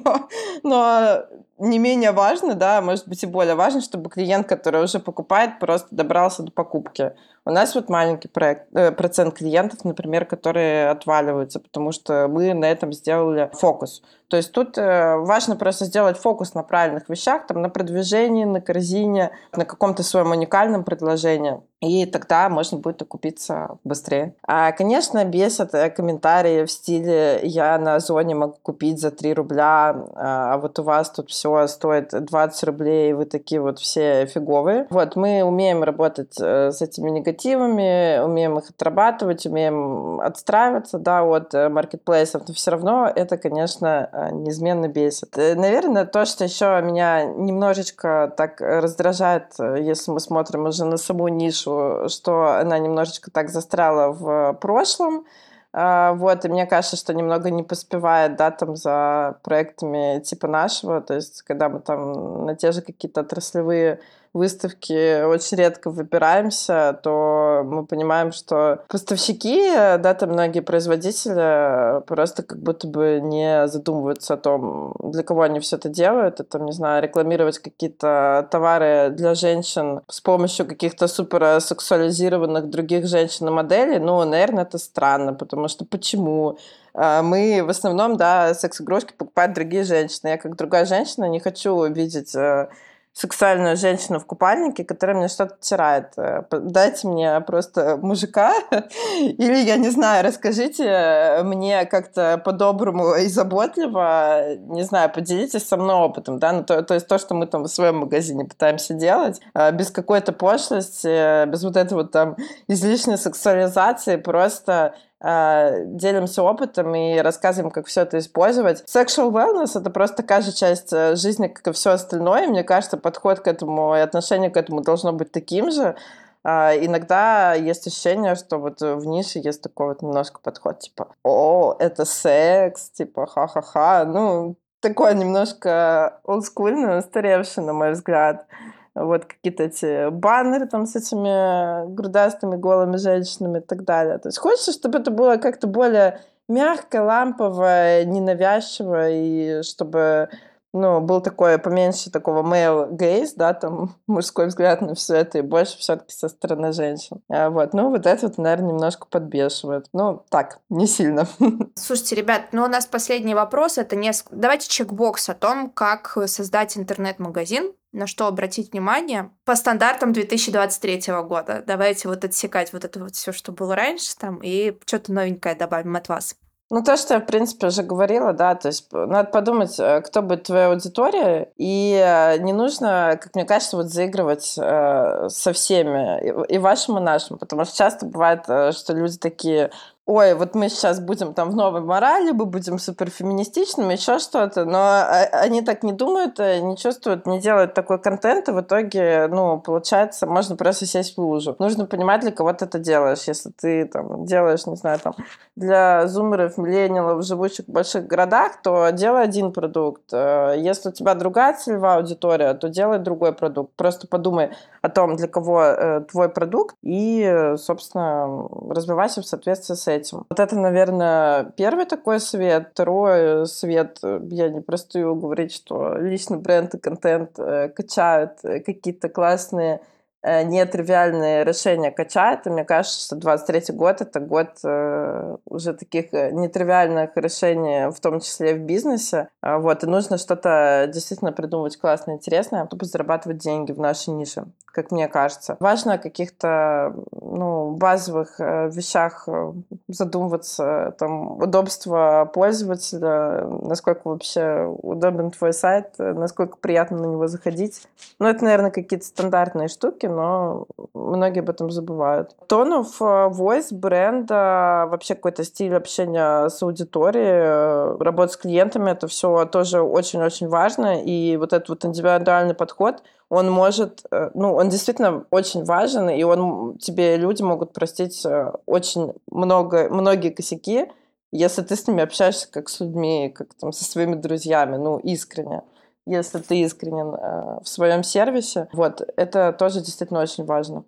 но не менее важно, да, может быть и более важно, чтобы клиент, который уже покупает, просто добрался до покупки. У нас вот маленький процент клиентов, например, которые отваливаются, потому что мы на этом сделали фокус. То есть тут важно просто сделать фокус на правильных вещах, там, на продвижении, на корзине, на каком-то своем уникальном предложении. И тогда можно будет окупиться быстрее. Конечно, бесят комментарии в стиле «я на Озоне могу купить за 3 рубля, а вот у вас тут все стоит 20 рублей, вы такие вот все фиговые». Вот, мы умеем работать с этими негативами, умеем их отрабатывать, умеем отстраиваться, да, от маркетплейсов, но все равно это, конечно, неизменно бесит. Наверное, то, что еще меня немножечко так раздражает, если мы смотрим уже на саму нишу, что она немножечко так застряла в прошлом. Вот, и мне кажется, что немного не поспевает, да, там за проектами типа нашего, то есть когда мы там на те же какие-то отраслевые выставки очень редко выбираемся, то мы понимаем, что поставщики, да, там многие производители просто как будто бы не задумываются о том, для кого они все это делают. Это, не знаю, рекламировать какие-то товары для женщин с помощью каких-то суперсексуализированных других женщин и моделей. Ну, наверное, это странно, потому что почему? Мы в основном, да, секс-игрушки покупают другие женщины. Я как другая женщина не хочу видеть сексуальную женщину в купальнике, которая мне что-то тирает. Дайте мне просто мужика, или, я не знаю, расскажите мне как-то по-доброму и заботливо, не знаю, поделитесь со мной опытом, да, ну, то есть то, что мы там в своем магазине пытаемся делать, без какой-то пошлости, без вот этой вот там излишней сексуализации, просто делимся опытом и рассказываем, как все это использовать. Sexual wellness — это просто такая же часть жизни, как и все остальное. И мне кажется, подход к этому и отношение к этому должно быть таким же. Иногда есть ощущение, что вот в нише есть такой вот немножко подход, типа, о, это секс, типа, ха-ха-ха. Ну, такой немножко олдскульный, устаревший, на мой взгляд. Вот какие-то эти баннеры там с этими грудастыми голыми женщинами и так далее. То есть хочется, чтобы это было как-то более мягко, лампово, ненавязчиво, и чтобы, ну, был такой поменьше такого male gaze, да, там мужской взгляд на все это, и больше все-таки со стороны женщин. Вот, ну, вот это вот, наверное, немножко подбешивает. Ну, так, не сильно. Слушайте, ребят, ну у нас последний вопрос. Это давайте чекбокс о том, как создать интернет-магазин, на что обратить внимание по стандартам 2023 года. Давайте вот отсекать вот это вот все, что было раньше, там, и что-то новенькое добавим от вас. Ну, то, что я, в принципе, уже говорила, да, то есть надо подумать, кто будет твоя аудитория, и не нужно, как мне кажется, вот заигрывать со всеми, и вашим, и нашим, потому что часто бывает, что люди такие: ой, вот мы сейчас будем там в новой морали, мы будем суперфеминистичными, еще что-то, но они так не думают, не чувствуют, не делают такой контент, и в итоге, ну, получается, можно просто сесть в лужу. Нужно понимать, для кого ты это делаешь. Если ты там делаешь, не знаю, там, для зумеров, миллениалов, живущих в больших городах, то делай один продукт. Если у тебя другая целевая аудитория, то делай другой продукт. Просто подумай о том, для кого твой продукт, и, собственно, развивайся в соответствии с этим. Вот это, наверное, первый такой совет. Второй совет: я не простую говорить, что личный бренд и контент качают какие-то классные нетривиальные решения качает, и мне кажется, что 23-й год — это год уже таких нетривиальных решений, в том числе в бизнесе. Вот, и нужно что-то действительно придумывать классное, интересное, чтобы зарабатывать деньги в нашей нише, как мне кажется. Важно о каких-то, ну, базовых вещах задумываться, там, удобство пользователя, насколько вообще удобен твой сайт, насколько приятно на него заходить. Ну, это, наверное, какие-то стандартные штуки, но многие об этом забывают. Tone of voice бренда, вообще какой-то стиль общения с аудиторией, работа с клиентами — это все тоже очень-очень важно. И вот этот вот индивидуальный подход, он может, ну, он действительно очень важен, и тебе люди могут простить очень многие косяки, если ты с ними общаешься как с людьми, как там со своими друзьями, ну, искренне. Если ты искренен в своем сервисе, вот, это тоже действительно очень важно.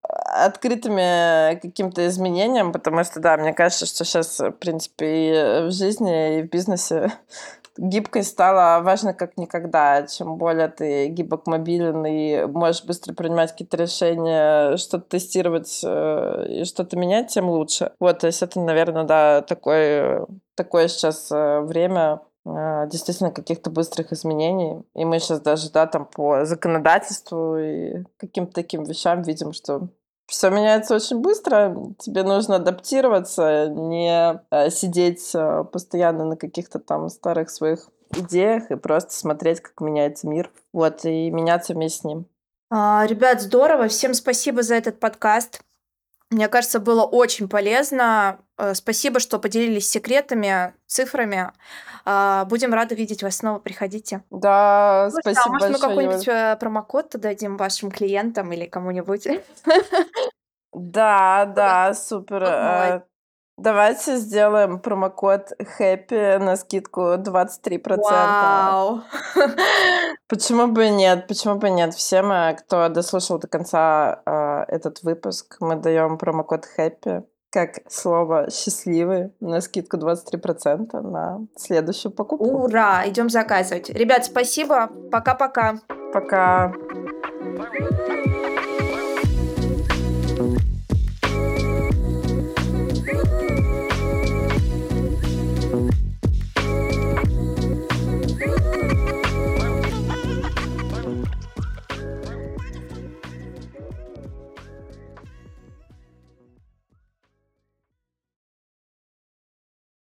Открытыми к каким-то изменениям, потому что, да, мне кажется, что сейчас, в принципе, и в жизни, и в бизнесе гибкость стала важна как никогда. Чем более ты гибок, мобилен и можешь быстро принимать какие-то решения, что-то тестировать и что-то менять, тем лучше. Вот, то есть это, наверное, да, такое сейчас время действительно каких-то быстрых изменений. И мы сейчас даже, да, там по законодательству и каким-то таким вещам видим, что все меняется очень быстро. Тебе нужно адаптироваться, не сидеть постоянно на каких-то там старых своих идеях и просто смотреть, как меняется мир. Вот, и меняться вместе с ним. Ребят, здорово. Всем спасибо за этот подкаст. Мне кажется, было очень полезно. Спасибо, что поделились секретами, цифрами. Будем рады видеть вас снова. Приходите. Да, спасибо может, мы большое, какой-нибудь Юль. промокод дадим вашим клиентам или кому-нибудь? Да, супер. Вот молодец. Давайте сделаем промокод HAPPY на скидку 23%. Вау! Почему бы нет? Почему бы нет? Всем, кто дослушал до конца этот выпуск, мы даем промокод HAPPY как слово «счастливый» на скидку 23% на следующую покупку. Ура! Идем заказывать. Ребят, спасибо. Пока-пока. Пока.